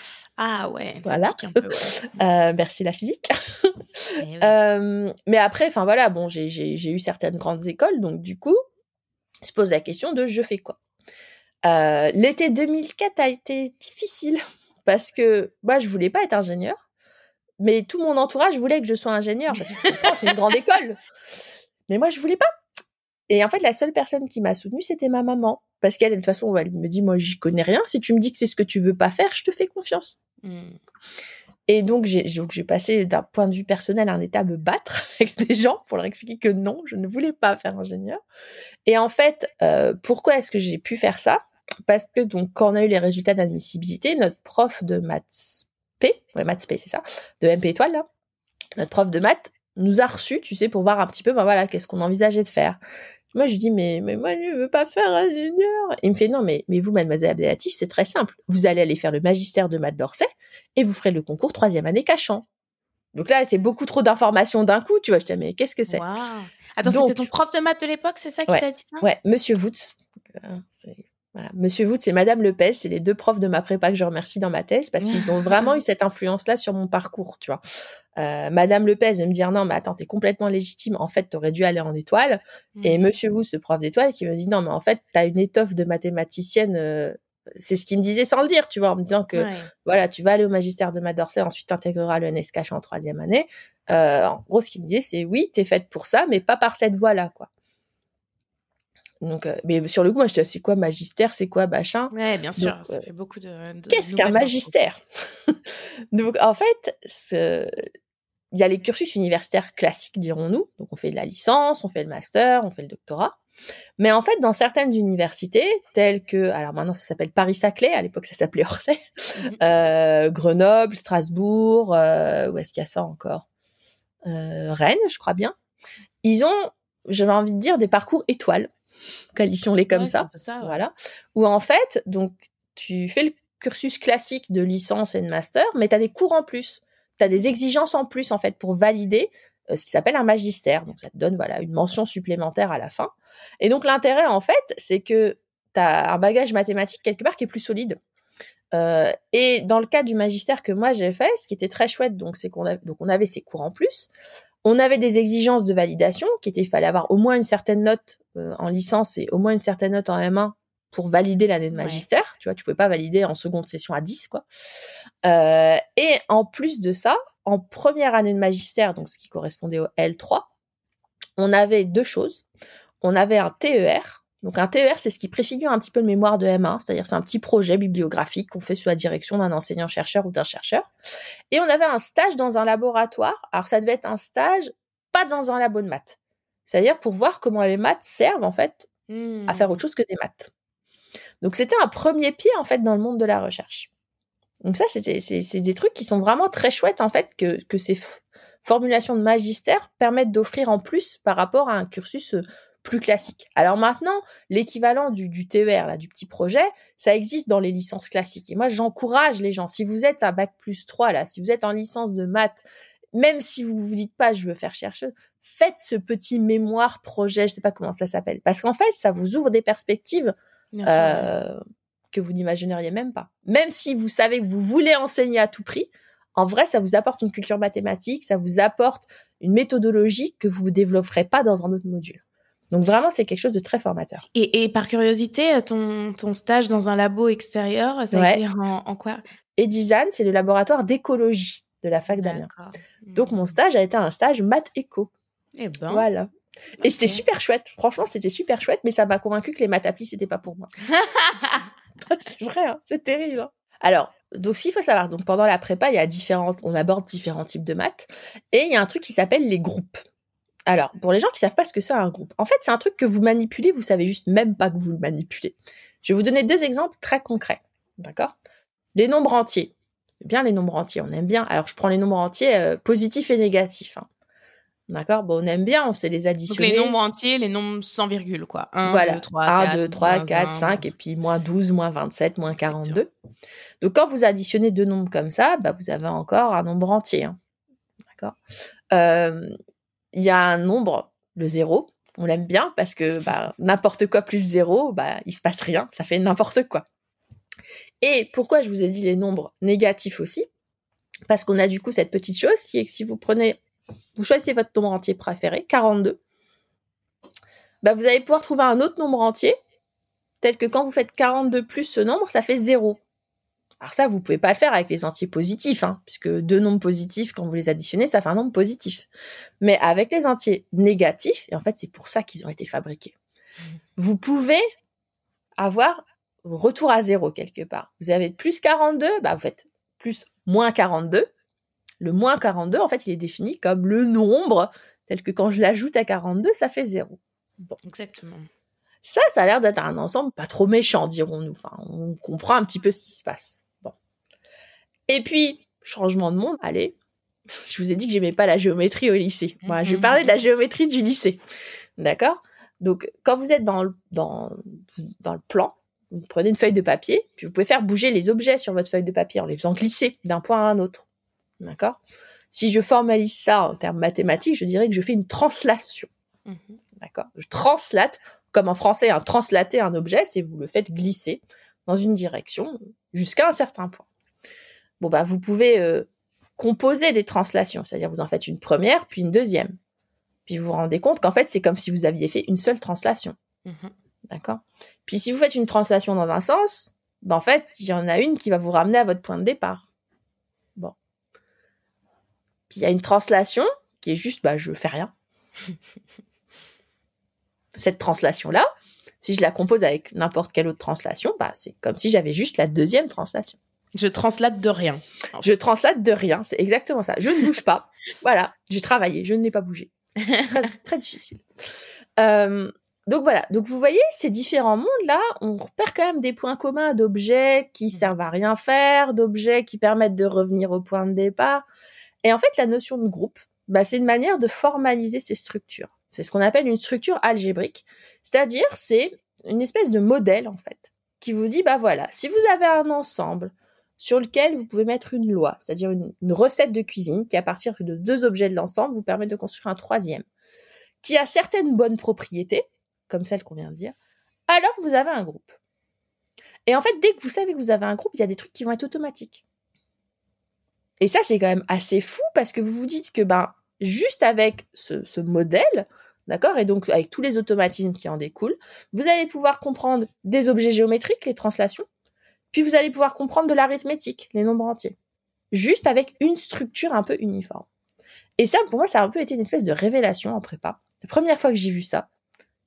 Ah ouais, voilà. Ça pique un peu, ouais. euh, merci la physique. oui. euh, mais après, enfin voilà, bon, j'ai, j'ai, j'ai eu certaines grandes écoles, donc du coup, se pose la question de je fais quoi. Euh, l'été deux mille quatre a été difficile parce que moi je voulais pas être ingénieur, mais tout mon entourage voulait que je sois ingénieur parce que tu comprends, c'est une grande école. Mais moi je voulais pas. Et en fait la seule personne qui m'a soutenue c'était ma maman parce qu'elle de toute façon elle me dit moi j'y connais rien, si tu me dis que c'est ce que tu veux pas faire, je te fais confiance. Mm. Et donc j'ai, donc j'ai passé d'un point de vue personnel un état à me battre avec des gens pour leur expliquer que non, je ne voulais pas faire ingénieur. Et en fait, euh, pourquoi est-ce que j'ai pu faire ça ? Parce que donc quand on a eu les résultats d'admissibilité, notre prof de maths P, ouais maths P c'est ça, de M P étoile là, notre prof de maths nous a reçus, tu sais, pour voir un petit peu, ben voilà, qu'est-ce qu'on envisageait de faire. Moi, je lui dis, mais, mais moi, je veux pas faire ingénieur. Il me fait, non, mais, mais vous, mademoiselle Abdelatif, c'est très simple. Vous allez aller faire le magistère de maths d'Orsay et vous ferez le concours troisième année Cachan. Donc là, c'est beaucoup trop d'informations d'un coup, tu vois. Je dis, mais qu'est-ce que c'est ? Wow. Attends, donc, c'était ton prof de maths de l'époque, c'est ça qui ouais, t'a dit ça ? Ouais, Monsieur Woods. C'est... Voilà. Monsieur Woods et Madame Lepez, c'est les deux profs de ma prépa que je remercie dans ma thèse parce qu'ils ont vraiment eu cette influence-là sur mon parcours, tu vois. Euh, Madame Lepez de me dire non, mais attends, t'es complètement légitime. En fait, t'aurais dû aller en étoile. Mmh. Et Monsieur Woods, ce prof d'étoile, qui me dit non, mais en fait, t'as une étoffe de mathématicienne. Euh, c'est ce qu'il me disait sans le dire, tu vois, en me disant que ouais. voilà, tu vas aller au magistère de maths d'Orsay, ensuite t'intégreras le N S Cachan en troisième année. Euh, en gros, ce qu'il me disait, c'est oui, t'es faite pour ça, mais pas par cette voie-là, quoi. Donc, euh, mais sur le coup, moi, je dis, c'est quoi magistère, c'est quoi machin. Ouais, bien sûr, donc, ça euh, fait beaucoup de. de qu'est-ce qu'un magistère ? Donc, en fait, ce... il y a les cursus universitaires classiques, dirons-nous. Donc, on fait de la licence, on fait le master, on fait le doctorat. Mais en fait, dans certaines universités, telles que, alors maintenant, ça s'appelle Paris-Saclay, à l'époque, ça s'appelait Orsay, mm-hmm. euh, Grenoble, Strasbourg, euh, où est-ce qu'il y a ça encore ? euh, Rennes, je crois bien. Ils ont, j'avais envie de dire, des parcours étoiles. Qualifions-les comme ouais, ça, ça ouais. voilà. Où en fait, donc tu fais le cursus classique de licence et de master, mais t'as des cours en plus, t'as des exigences en plus en fait pour valider euh, ce qui s'appelle un magistère. Donc ça te donne voilà une mention supplémentaire à la fin. Et donc l'intérêt en fait, c'est que t'as un bagage mathématique quelque part qui est plus solide. Euh, et dans le cas du magistère que moi j'ai fait, ce qui était très chouette, donc c'est qu'on a, donc on avait ces cours en plus. On avait des exigences de validation qui étaient, il fallait avoir au moins une certaine note euh, en licence et au moins une certaine note en M un pour valider l'année de magistère. Ouais. Tu vois, tu pouvais pas valider en seconde session à dix, quoi. Euh, et en plus de ça, en première année de magistère, donc ce qui correspondait au L trois, on avait deux choses. On avait un T E R, Donc un T E R, c'est ce qui préfigure un petit peu le mémoire de M un, c'est-à-dire c'est un petit projet bibliographique qu'on fait sous la direction d'un enseignant-chercheur ou d'un chercheur. Et on avait un stage dans un laboratoire. Alors ça devait être un stage pas dans un labo de maths. C'est-à-dire pour voir comment les maths servent en fait mmh. à faire autre chose que des maths. Donc c'était un premier pied en fait dans le monde de la recherche. Donc ça c'était c'est, c'est des trucs qui sont vraiment très chouettes en fait que que ces f- formulations de magistère permettent d'offrir en plus par rapport à un cursus plus classique. Alors maintenant, l'équivalent du, du T E R, là, du petit projet, ça existe dans les licences classiques. Et moi, j'encourage les gens, si vous êtes à bac plus trois, là, si vous êtes en licence de maths, même si vous vous dites pas, je veux faire chercheuse, faites ce petit mémoire projet, je sais pas comment ça s'appelle. Parce qu'en fait, ça vous ouvre des perspectives euh, que vous n'imagineriez même pas. Même si vous savez que vous voulez enseigner à tout prix, en vrai, ça vous apporte une culture mathématique, ça vous apporte une méthodologie que vous ne développerez pas dans un autre module. Donc vraiment, c'est quelque chose de très formateur. Et, et par curiosité, ton, ton stage dans un labo extérieur, ça a ouais. été en, en quoi ? Edizan, c'est le laboratoire d'écologie de la fac d'Amiens. Donc mon stage a été un stage maths éco. Eh ben. Voilà. Okay. Et c'était super chouette. Franchement, c'était super chouette, mais ça m'a convaincu que les maths applis, c'était pas pour moi. C'est vrai, hein, c'est terrible. Hein. Alors, donc ce qu'il faut savoir, donc pendant la prépa, il y a différentes, on aborde différents types de maths, et il y a un truc qui s'appelle les groupes. Alors, pour les gens qui savent pas ce que c'est un groupe, en fait, c'est un truc que vous manipulez, vous savez juste même pas que vous le manipulez. Je vais vous donner deux exemples très concrets, d'accord ? Les nombres entiers. Bien les nombres entiers, on aime bien. Alors, je prends les nombres entiers euh, positifs et négatifs. Hein. D'accord ? Bon, on aime bien, on sait les additionner. Donc, les nombres entiers, les nombres sans virgule, quoi. un, voilà. deux, trois, un, quatre, deux, trois, quatre, cinq, et puis moins douze, moins vingt-sept, moins quarante-deux. Donc, quand vous additionnez deux nombres comme ça, bah, vous avez encore un nombre entier. Hein. D'accord ? Euh... Il y a un nombre, le zéro, on l'aime bien parce que bah, n'importe quoi plus zéro, bah, il se passe rien, ça fait n'importe quoi. Et pourquoi je vous ai dit les nombres négatifs aussi ? Parce qu'on a du coup cette petite chose qui est que si vous prenez, vous choisissez votre nombre entier préféré, quarante-deux, bah, vous allez pouvoir trouver un autre nombre entier, tel que quand vous faites quarante-deux plus ce nombre, ça fait zéro. Alors ça, vous pouvez pas le faire avec les entiers positifs, hein, puisque deux nombres positifs, quand vous les additionnez, ça fait un nombre positif. Mais avec les entiers négatifs, et en fait, c'est pour ça qu'ils ont été fabriqués, mmh. vous pouvez avoir retour à zéro quelque part. Vous avez plus quarante-deux, bah vous faites plus moins quarante-deux. Le moins quarante-deux, en fait, il est défini comme le nombre, tel que quand je l'ajoute à quarante-deux, ça fait zéro. Bon. Exactement. Ça, ça a l'air d'être un ensemble pas trop méchant, dirons-nous. Enfin, on comprend un petit peu ce qui se passe. Et puis, changement de monde, allez, je vous ai dit que j'aimais pas la géométrie au lycée. Moi, je vais parler de la géométrie du lycée. D'accord ? Donc, quand vous êtes dans le, dans, dans le plan, vous prenez une feuille de papier, puis vous pouvez faire bouger les objets sur votre feuille de papier en les faisant glisser d'un point à un autre. D'accord ? Si je formalise ça en termes mathématiques, je dirais que je fais une translation. Mm-hmm. D'accord ? Je translate, comme en français, un translater un objet, c'est vous le faites glisser dans une direction jusqu'à un certain point. Bon, bah, vous pouvez euh, composer des translations, c'est-à-dire vous en faites une première, puis une deuxième. Puis vous vous rendez compte qu'en fait, c'est comme si vous aviez fait une seule translation. Mmh. D'accord ? Puis si vous faites une translation dans un sens, bah, en fait, il y en a une qui va vous ramener à votre point de départ. Bon. Puis il y a une translation qui est juste, bah, je fais rien. Cette translation-là, si je la compose avec n'importe quelle autre translation, bah, c'est comme si j'avais juste la deuxième translation. Je translate de rien. Je translate de rien, c'est exactement ça. Je ne bouge pas. Voilà, j'ai travaillé, je n'ai pas bougé. Très, très difficile. Euh, donc voilà, donc vous voyez, ces différents mondes-là, on repère quand même des points communs d'objets qui servent à rien faire, d'objets qui permettent de revenir au point de départ. Et en fait, la notion de groupe, bah, c'est une manière de formaliser ces structures. C'est ce qu'on appelle une structure algébrique. C'est-à-dire, c'est une espèce de modèle, en fait, qui vous dit, bah voilà, si vous avez un ensemble sur lequel vous pouvez mettre une loi, c'est-à-dire une, une recette de cuisine qui, à partir de deux objets de l'ensemble, vous permet de construire un troisième, qui a certaines bonnes propriétés, comme celle qu'on vient de dire, alors vous avez un groupe. Et en fait, dès que vous savez que vous avez un groupe, il y a des trucs qui vont être automatiques. Et ça, c'est quand même assez fou, parce que vous vous dites que, ben, juste avec ce, ce modèle, d'accord, et donc avec tous les automatismes qui en découlent, vous allez pouvoir comprendre des objets géométriques, les translations, puis vous allez pouvoir comprendre de l'arithmétique, les nombres entiers, juste avec une structure un peu uniforme. Et ça, pour moi, ça a un peu été une espèce de révélation en prépa. La première fois que j'ai vu ça,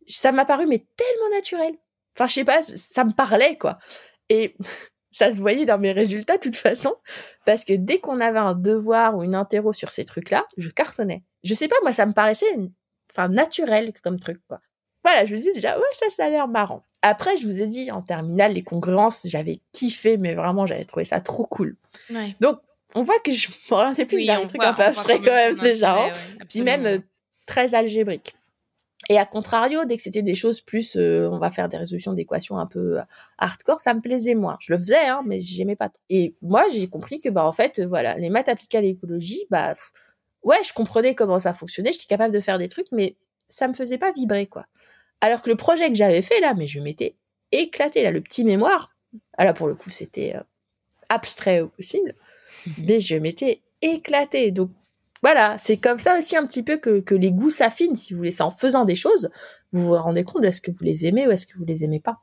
ça m'a paru mais tellement naturel. Enfin, je sais pas, ça me parlait, quoi. Et ça se voyait dans mes résultats, de toute façon, parce que dès qu'on avait un devoir ou une interro sur ces trucs-là, je cartonnais. Je sais pas, moi, ça me paraissait, enfin, naturel comme truc, quoi. Voilà, je me dis déjà, ouais, ça, ça a l'air marrant. Après, je vous ai dit, en terminale, les congruences, j'avais kiffé, mais vraiment, j'avais trouvé ça trop cool. Ouais. Donc, on voit que je m'orientais plus Oui, vers on des trucs voit- un peu on voit abstraits quand quand même même, ton déjà. intérêt, hein. ouais, Puis même absolument. euh, très algébrique. Et à contrario, dès que c'était des choses plus, euh, on va faire des résolutions d'équations un peu euh, hardcore, ça me plaisait moins. Je le faisais, hein, mais j'aimais pas trop. Et moi, j'ai compris que, bah, en fait, euh, voilà, les maths appliquées à l'écologie, bah, pff, ouais, je comprenais comment ça fonctionnait, j'étais capable de faire des trucs, mais ça me faisait pas vibrer, quoi. Alors que le projet que j'avais fait, là, mais je m'étais éclaté, là, le petit mémoire. Ah, là, pour le coup, c'était euh, abstrait au possible, mais je m'étais éclatée. Donc, voilà, c'est comme ça aussi un petit peu que, que les goûts s'affinent, si vous voulez. C'est en faisant des choses, vous vous rendez compte est-ce que vous les aimez ou est-ce que vous les aimez pas.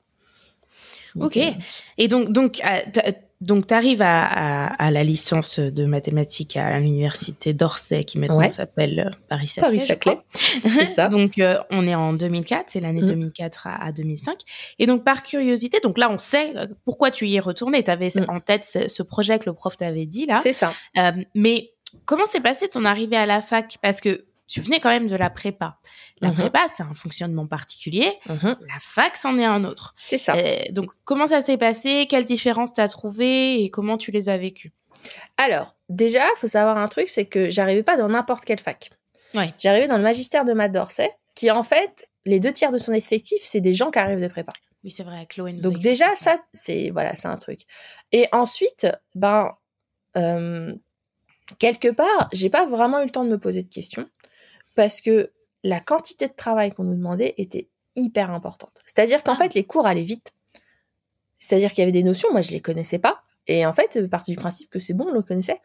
Donc, Ok. euh, Et donc, donc, euh, t'a- donc, t'arrives à, à, à la licence de mathématiques à l'université d'Orsay, qui maintenant Ouais. s'appelle euh, Paris-Saclay, je Paris-Saclay, crois. c'est ça. Donc, euh, on est en deux mille quatre, c'est l'année Mm. deux mille quatre à, à deux mille cinq. Et donc, par curiosité, donc là, on sait euh, pourquoi tu y es retourné. T'avais Mm. en tête ce, ce projet que le prof t'avait dit là. C'est ça. Euh, mais comment s'est passé ton arrivée à la fac? Parce que tu venais quand même de la prépa. La Mhm. prépa, c'est un fonctionnement particulier. Mhm. La fac, c'en est un autre. C'est ça. Euh, donc, comment ça s'est passé? Quelles différences t'as trouvées et comment tu les as vécues? Alors, déjà, faut savoir un truc, c'est que j'arrivais pas dans n'importe quelle fac. Ouais. J'arrivais dans le magistère de maths d'Orsay, qui en fait, les deux tiers de son effectif, c'est des gens qui arrivent de prépa. Oui, c'est vrai, Chloé nous a Donc expliqué déjà, ça, c'est voilà, c'est un truc. Et ensuite, ben, euh, quelque part, j'ai pas vraiment eu le temps de me poser de questions parce que la quantité de travail qu'on nous demandait était hyper importante. C'est-à-dire qu'en Ah. fait, les cours allaient vite. C'est-à-dire qu'il y avait des notions, moi je les connaissais pas, et en fait, euh, partie du principe que c'est bon, on le connaissait.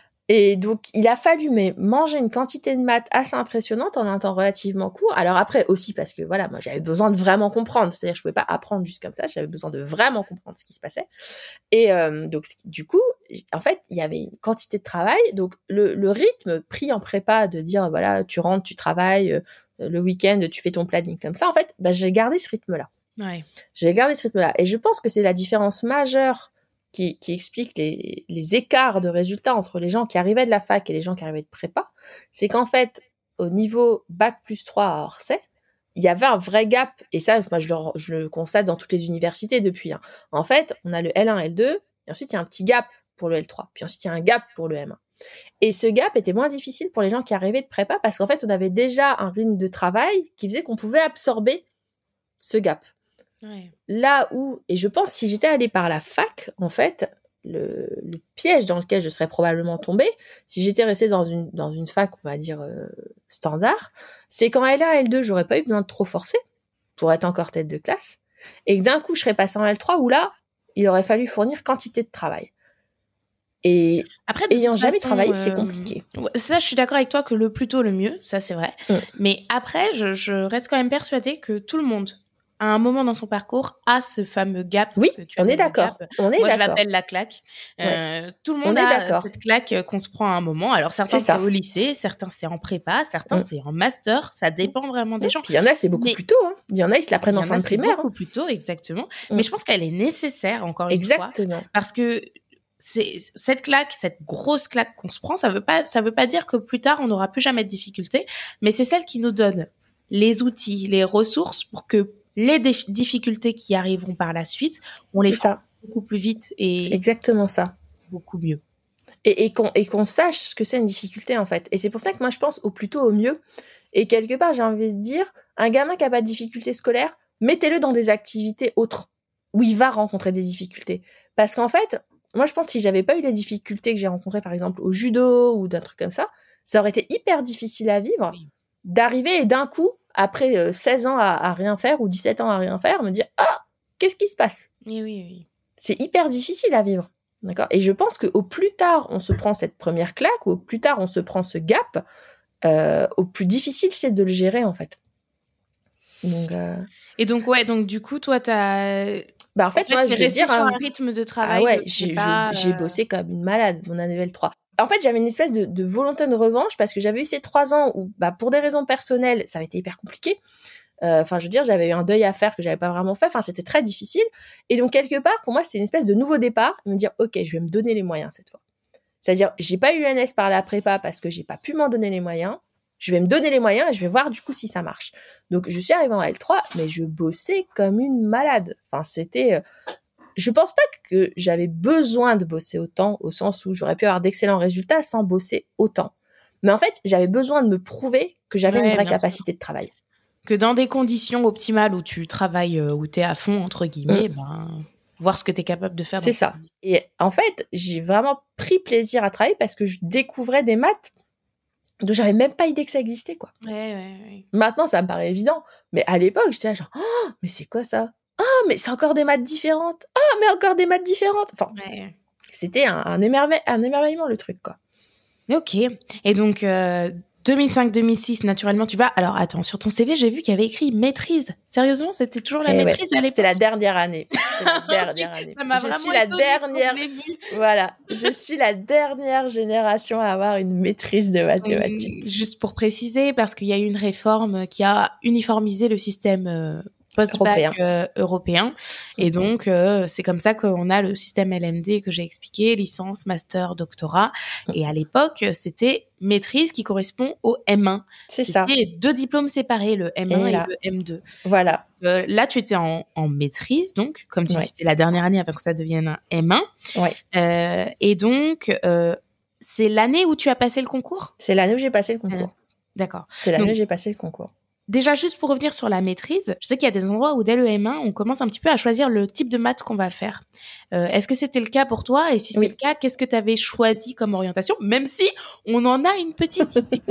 Et donc, il a fallu mais manger une quantité de maths assez impressionnante en un temps relativement court. Alors après, aussi parce que, voilà, moi, j'avais besoin de vraiment comprendre. C'est-à-dire, je pouvais pas apprendre juste comme ça. J'avais besoin de vraiment comprendre ce qui se passait. Et euh, donc, du coup, en fait, il y avait une quantité de travail. Donc, le, le rythme pris en prépa de dire, voilà, tu rentres, tu travailles, euh, le week-end, tu fais ton planning comme ça. En fait, bah, j'ai gardé ce rythme-là. Ouais. J'ai gardé ce rythme-là. Et je pense que c'est la différence majeure qui, qui explique les, les écarts de résultats entre les gens qui arrivaient de la fac et les gens qui arrivaient de prépa. C'est qu'en fait, au niveau bac plus trois à Orsay, il y avait un vrai gap. Et ça, moi, je le, je le constate dans toutes les universités depuis. Hein. En fait, on a le L un, L deux, et ensuite, il y a un petit gap pour le L trois. Puis ensuite, il y a un gap pour le M un. Et ce gap était moins difficile pour les gens qui arrivaient de prépa parce qu'en fait, on avait déjà un rythme de travail qui faisait qu'on pouvait absorber ce gap. Ouais. Là où, et je pense si j'étais allée par la fac, en fait, le, le piège dans lequel je serais probablement tombée, si j'étais restée dans une, dans une fac, on va dire, euh, standard, c'est qu'en L un, L deux, j'aurais pas eu besoin de trop forcer pour être encore tête de classe, et que d'un coup, je serais passée en L trois où là, il aurait fallu fournir quantité de travail. Et Après, de ayant toute jamais façon, travaillé, euh, c'est compliqué. ouais, ça, je suis d'accord avec toi que le plus tôt, le mieux, ça c'est vrai. Mm. Mais après, je, je reste quand même persuadée que tout le monde, à un moment dans son parcours, a ce fameux gap. Oui, que tu on est appelles le d'accord. gap. On est Moi, je d'accord. l'appelle la claque. Euh, tout le On monde est a d'accord. cette claque euh, qu'on se prend à un moment. Alors, certains, C'est ça. c'est au lycée, certains, c'est en prépa, certains, Mm. c'est en master. Ça dépend vraiment des gens. Puis il y en a, c'est beaucoup Mais- plus tôt. Hein. Il y en a, ils se la prennent Il y en en fin a, de c'est primaire. beaucoup hein. plus tôt, exactement. Mm. Mais je pense qu'elle est nécessaire, encore une fois. Exactement. Parce que c'est cette claque, cette grosse claque qu'on se prend, ça veut pas, ça veut pas dire que plus tard on n'aura plus jamais de difficultés, mais c'est celle qui nous donne les outils, les ressources pour que les déf- difficultés qui arriveront par la suite, on les C'est fera ça. beaucoup plus vite C'est et exactement ça. beaucoup mieux. Et, et qu'on et qu'on sache ce que c'est une difficulté, en fait. Et c'est pour ça que moi, je pense au plus tôt au mieux. Et quelque part, j'ai envie de dire, un gamin qui n'a pas de difficultés scolaires, mettez-le dans des activités autres, où il va rencontrer des difficultés. Parce qu'en fait, moi, je pense que si j'avais pas eu les difficultés que j'ai rencontrées, par exemple, au judo ou d'un truc comme ça, ça aurait été hyper difficile à vivre, Oui. d'arriver et d'un coup, après euh, seize ans à, à rien faire ou dix-sept ans à rien faire, me dire « Ah, qu'est-ce qui se passe ?» Oui, oui, oui. C'est hyper difficile à vivre. D'accord ? Et je pense qu'au plus tard on se prend cette première claque, ou au plus tard on se prend ce gap, euh, au plus difficile c'est de le gérer, en fait. Donc, euh... Et donc, ouais, donc du coup, toi, t'as. bah, en fait, En fait, moi, t'es je vais resté dire... sur un- un rythme de travail. Ah ouais, de j'ai, prépa, je- j'ai euh, bossé comme une malade, mon année L trois. En fait, j'avais une espèce de, de volonté de revanche parce que j'avais eu ces trois ans où, bah, pour des raisons personnelles, ça avait été hyper compliqué. Enfin, euh, je veux dire, j'avais eu un deuil à faire que j'avais pas vraiment fait. Enfin, c'était très difficile. Et donc, quelque part, pour moi, c'était une espèce de nouveau départ. Me dire, OK, je vais me donner les moyens cette fois. C'est-à-dire, j'ai pas eu N S par la prépa parce que j'ai pas pu m'en donner les moyens. Je vais me donner les moyens et je vais voir du coup si ça marche. Donc, je suis arrivée en L trois, mais je bossais comme une malade. Enfin, c'était... Euh... Je pense pas que j'avais besoin de bosser autant, au sens où j'aurais pu avoir d'excellents résultats sans bosser autant. Mais en fait, j'avais besoin de me prouver que j'avais ouais, une vraie capacité sûr. de travail. Que dans des conditions optimales où tu travailles, euh, où t'es à fond, entre guillemets, mmh. ben... voir ce que tu es capable de faire. C'est ça. Vie. Et en fait, j'ai vraiment pris plaisir à travailler parce que je découvrais des maths dont j'avais même pas idée que ça existait, quoi. Ouais, ouais, ouais. Maintenant, ça me paraît évident. Mais à l'époque, j'étais là genre, oh, mais c'est quoi ça? Ah, oh, mais c'est encore des maths différentes. Ah, oh, mais encore des maths différentes. Enfin, ouais. C'était un, un, émerveille, un émerveillement, le truc, quoi. Ok. Et donc, euh, deux mille cinq deux mille six, naturellement, tu vas... Alors, attends, sur ton C V, j'ai vu qu'il y avait écrit maîtrise. Sérieusement, c'était toujours la Et maîtrise ouais, à l'époque? C'était la dernière année. C'était la dernière année. Ça m'a je vraiment suis la étonnée dernière... quand je l'ai vu. Voilà. Je suis la dernière génération à avoir une maîtrise de mathématiques. Hum, juste pour préciser, parce qu'il y a eu une réforme qui a uniformisé le système... Euh, post-bac européen. Euh, européen. Et donc, euh, c'est comme ça qu'on a le système L M D que j'ai expliqué, licence, master, doctorat. Et à l'époque, c'était maîtrise qui correspond au M un. C'est c'était ça. C'était deux diplômes séparés, le M un et, et le M deux. Voilà. Euh, là, tu étais en, en maîtrise, donc, comme tu ouais. dis, c'était la dernière année avant que ça devienne un M un. Ouais. Euh, et donc, euh, c'est l'année où tu as passé le concours ? C'est l'année où j'ai passé le concours. Euh, D'accord. C'est l'année donc, où j'ai passé le concours. Déjà, juste pour revenir sur la maîtrise, je sais qu'il y a des endroits où dès le M un, on commence un petit peu à choisir le type de maths qu'on va faire. Euh, est-ce que c'était le cas pour toi ? Et si oui. c'est le cas, qu'est-ce que tu avais choisi comme orientation ? Même si on en a une petite idée.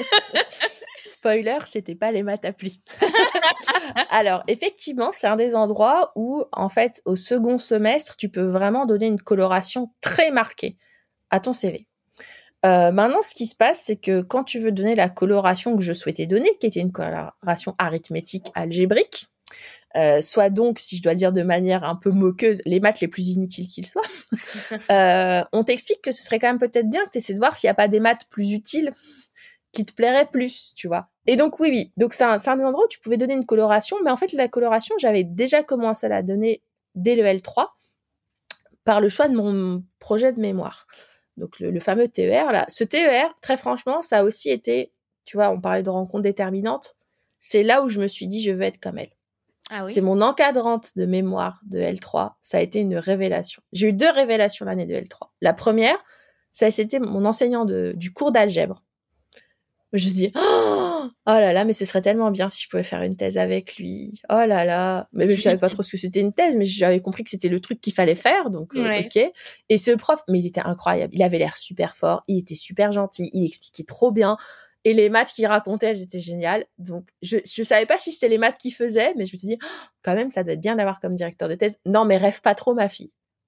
Spoiler, c'était pas les maths applis. Alors, effectivement, c'est un des endroits où, en fait, au second semestre, tu peux vraiment donner une coloration très marquée à ton C V. Euh, maintenant, ce qui se passe, c'est que quand tu veux donner la coloration que je souhaitais donner, qui était une coloration arithmétique algébrique, euh, soit donc, si je dois dire de manière un peu moqueuse, les maths les plus inutiles qu'ils soient, euh, on t'explique que ce serait quand même peut-être bien que tu essaies de voir s'il n'y a pas des maths plus utiles qui te plairaient plus, tu vois. Et donc, oui, oui. Donc, c'est un, c'est un des endroits où tu pouvais donner une coloration, mais en fait, la coloration, j'avais déjà commencé à la donner dès le L trois par le choix de mon projet de mémoire. Donc, le, le fameux T E R, là. Ce T E R, très franchement, ça a aussi été, tu vois, on parlait de rencontres déterminantes. C'est là où je me suis dit, je veux être comme elle. Ah oui. C'est mon encadrante de mémoire de L trois. Ça a été une révélation. J'ai eu deux révélations l'année de L trois. La première, ça, c'était mon enseignant de, du cours d'algèbre. Je me suis dit, oh, oh là là, mais ce serait tellement bien si je pouvais faire une thèse avec lui. Oh là là. Mais, mais je savais pas trop ce que c'était une thèse, mais j'avais compris que c'était le truc qu'il fallait faire, donc euh, ouais. ok. Et ce prof, mais il était incroyable. Il avait l'air super fort, il était super gentil, il expliquait trop bien. Et les maths qu'il racontait, elles étaient géniales. Donc, je, je savais pas si c'était les maths qu'il faisait, mais je me suis dit, oh, quand même, ça doit être bien d'avoir comme directeur de thèse. Non, mais rêve pas trop, ma fille.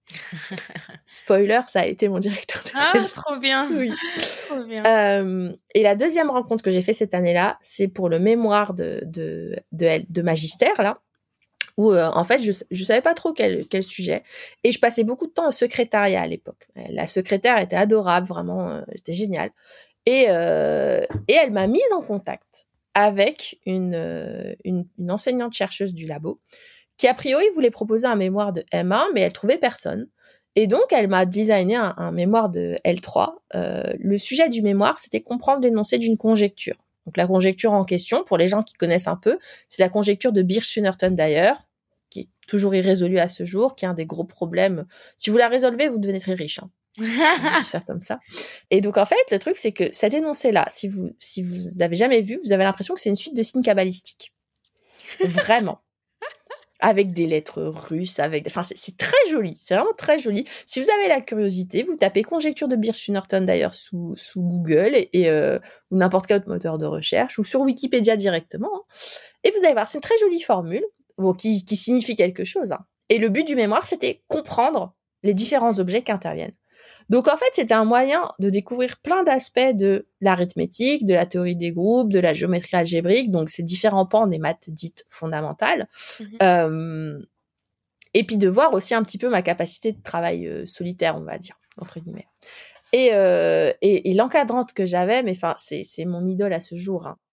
Spoiler, ça a été mon directeur de thèse. Ah, trop bien. Oui. Trop bien. Euh, et la deuxième rencontre que j'ai fait cette année-là, c'est pour le mémoire de, de, de, de magistère, là, où, euh, en fait, je, je savais pas trop quel, quel sujet. Et je passais beaucoup de temps au secrétariat à l'époque. La secrétaire était adorable, vraiment, euh, c'était génial. Et, euh, et elle m'a mise en contact avec une, euh, une, une enseignante chercheuse du labo qui, a priori, voulait proposer un mémoire de M un, mais elle trouvait personne. Et donc, elle m'a designé un, un mémoire de L trois. Euh, le sujet du mémoire, c'était comprendre l'énoncé d'une conjecture. Donc, la conjecture en question, pour les gens qui connaissent un peu, c'est la conjecture de Birch-Sunnerton d'ailleurs, qui est toujours irrésolue à ce jour, qui est un des gros problèmes. Si vous la résolvez, vous devenez très riche. Hein. ça comme ça. Et donc, en fait, le truc, c'est que cet énoncé-là, si vous si vous l'avez jamais vu, vous avez l'impression que c'est une suite de signes kabbalistiques. Vraiment. Avec des lettres russes, avec, enfin, c'est, c'est très joli, c'est vraiment très joli. Si vous avez la curiosité, vous tapez conjecture de Birch-Sunnerton d'ailleurs sous, sous Google et, et euh, ou n'importe quel autre moteur de recherche ou sur Wikipédia directement. Hein, et vous allez voir, c'est une très jolie formule, bon, qui, qui signifie quelque chose. Hein. Et le but du mémoire, c'était comprendre les différents objets qui interviennent. Donc, en fait, c'était un moyen de découvrir plein d'aspects de l'arithmétique, de la théorie des groupes, de la géométrie algébrique, donc ces différents pans des maths dites fondamentales. Mmh. Euh, et puis de voir aussi un petit peu ma capacité de travail euh, solitaire, on va dire, entre guillemets. Et, euh, et, et l'encadrante que j'avais, mais enfin, c'est, c'est mon idole à ce jour. Hein.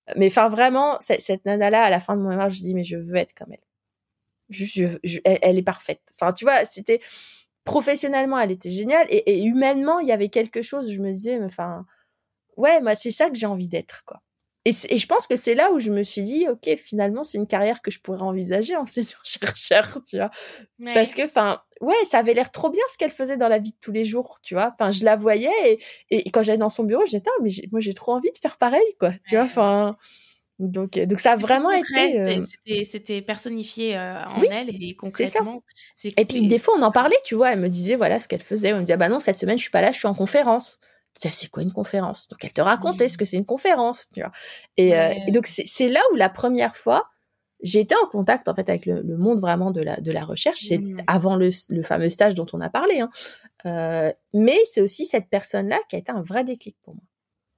Mais enfin, vraiment, cette, cette nana-là, à la fin de mon mémoire, je dis, mais je veux être comme elle. Juste, je, je, elle, elle est parfaite. Enfin, tu vois, c'était... Professionnellement, elle était géniale. Et, et humainement, il y avait quelque chose, je me disais, mais enfin... Ouais, moi, c'est ça que j'ai envie d'être, quoi. Et, et je pense que c'est là où je me suis dit, OK, finalement, c'est une carrière que je pourrais envisager, enseignant-chercheur, tu vois. Ouais. Parce que, enfin, ouais, ça avait l'air trop bien ce qu'elle faisait dans la vie de tous les jours, tu vois. Enfin, je la voyais et, et quand j'allais dans son bureau, j'étais, ah, mais j'ai, moi, j'ai trop envie de faire pareil, quoi, tu ouais. vois. Enfin, donc, donc ça a c'était vraiment concret, été... Euh... C'était, c'était personnifié euh, en oui, elle et concrètement... C'est ça. C'est, et puis, c'est... des fois, on en parlait, tu vois. Elle me disait, voilà, ce qu'elle faisait. On me disait, ah, bah non, cette semaine, je suis pas là, je suis en conférence. C'est quoi une conférence? Donc elle te racontait mmh. ce que c'est une conférence, tu vois. Et, ouais. euh, et donc c'est, c'est là où la première fois j'ai été en contact en fait avec le, le monde vraiment de la de la recherche. C'est mmh. avant le, le fameux stage dont on a parlé, hein. Euh, mais c'est aussi cette personne-là qui a été un vrai déclic pour moi.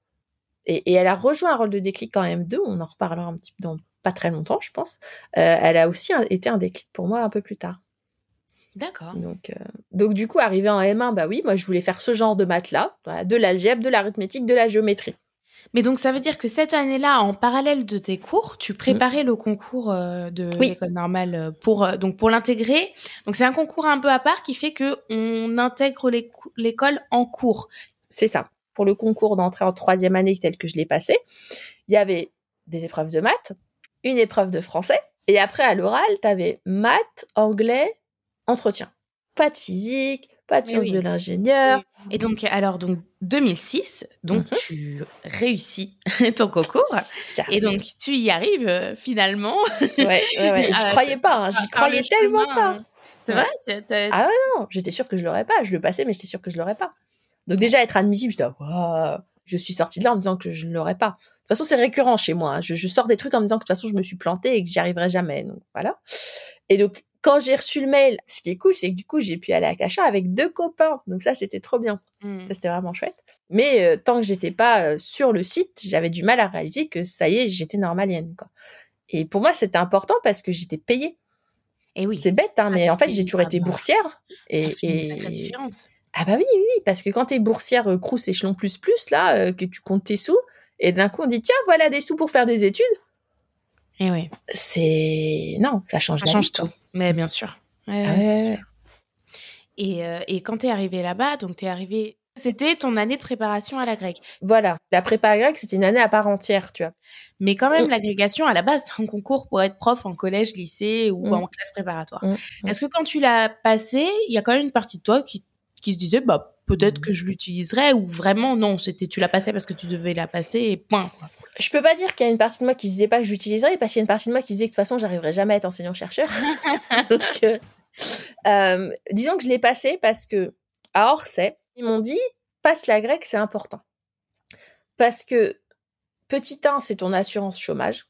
Et, et elle a rejoint un rôle de déclic en M deux. On en reparlera un petit peu dans pas très longtemps, je pense. Euh, elle a aussi un, été un déclic pour moi un peu plus tard. D'accord. Donc, euh, donc du coup, arrivé en M un, bah oui, moi je voulais faire ce genre de maths-là, voilà, de l'algèbre, de l'arithmétique, de la géométrie. Mais donc ça veut dire que cette année-là, en parallèle de tes cours, tu préparais mmh. le concours euh, de oui. l'école normale pour euh, donc pour l'intégrer. Donc c'est un concours un peu à part qui fait que on intègre les, l'école en cours. C'est ça. Pour le concours d'entrée en troisième année tel que je l'ai passé, il y avait des épreuves de maths, une épreuve de français, et après à l'oral, t'avais maths, anglais, entretien. Pas de physique, pas de sciences oui. de l'ingénieur. Oui. Et donc, alors, donc, deux mille six, donc, mm-hmm. tu réussis ton concours. Et donc, tu y arrives, euh, finalement. Ouais, ouais, ouais. J'y croyais pas, hein. J'y croyais tellement chemin, pas. C'est ouais. vrai? T'as... Ah ouais, non. J'étais sûre que je l'aurais pas. Je le passais, mais j'étais sûre que je l'aurais pas. Donc, déjà, être admissible, je disais, waouh. Je suis sortie de là en me disant que je ne l'aurais pas. De toute façon, c'est récurrent chez moi. Je, je sors des trucs en me disant que de toute façon, je me suis plantée et que j'y arriverai jamais. Donc, voilà. Et donc, quand j'ai reçu le mail, ce qui est cool, c'est que du coup, j'ai pu aller à Cachan avec deux copains. Donc ça, c'était trop bien. Mmh. Ça, c'était vraiment chouette. Mais euh, tant que j'étais pas euh, sur le site, j'avais du mal à réaliser que ça y est, j'étais normalienne, quoi. Et pour moi, c'était important parce que j'étais payée. Et oui. C'est bête, hein, ah, mais en fait, j'ai toujours été boursière. Et, ça fait et... une sacrée différence. Ah bah oui, oui, oui, parce que quand t'es boursière euh, Crous échelon plus plus, là, euh, que tu comptes tes sous, et d'un coup, on dit, tiens, voilà des sous pour faire des études. Et oui. C'est... Non, ça change ça la change vie, tout. Quoi. Mais bien sûr. Ouais, ah ouais, c'est ouais. sûr. Et, euh, et quand t'es arrivée là-bas, donc t'es arrivée... C'était ton année de préparation à l'agrég. Voilà. La prépa agrég, c'était une année à part entière, tu vois. Mais quand même, mmh. l'agrégation, à la base, c'est un concours pour être prof en collège, lycée ou mmh. en classe préparatoire. Mmh. Est-ce que quand tu l'as passé, il y a quand même une partie de toi qui, qui se disait, bah, peut-être que je l'utiliserais, ou vraiment, non, c'était, tu l'as passé parce que tu devais la passer et point, quoi. Je peux pas dire qu'il y a une partie de moi qui se disait pas que j'utiliserais, parce qu'il y a une partie de moi qui se disait que de toute façon, j'arriverais jamais à être enseignant-chercheur. Donc, euh, euh, disons que je l'ai passé parce que, à Orsay, ils m'ont dit, passe l'agrég, c'est important. Parce que, petit un, c'est ton assurance chômage.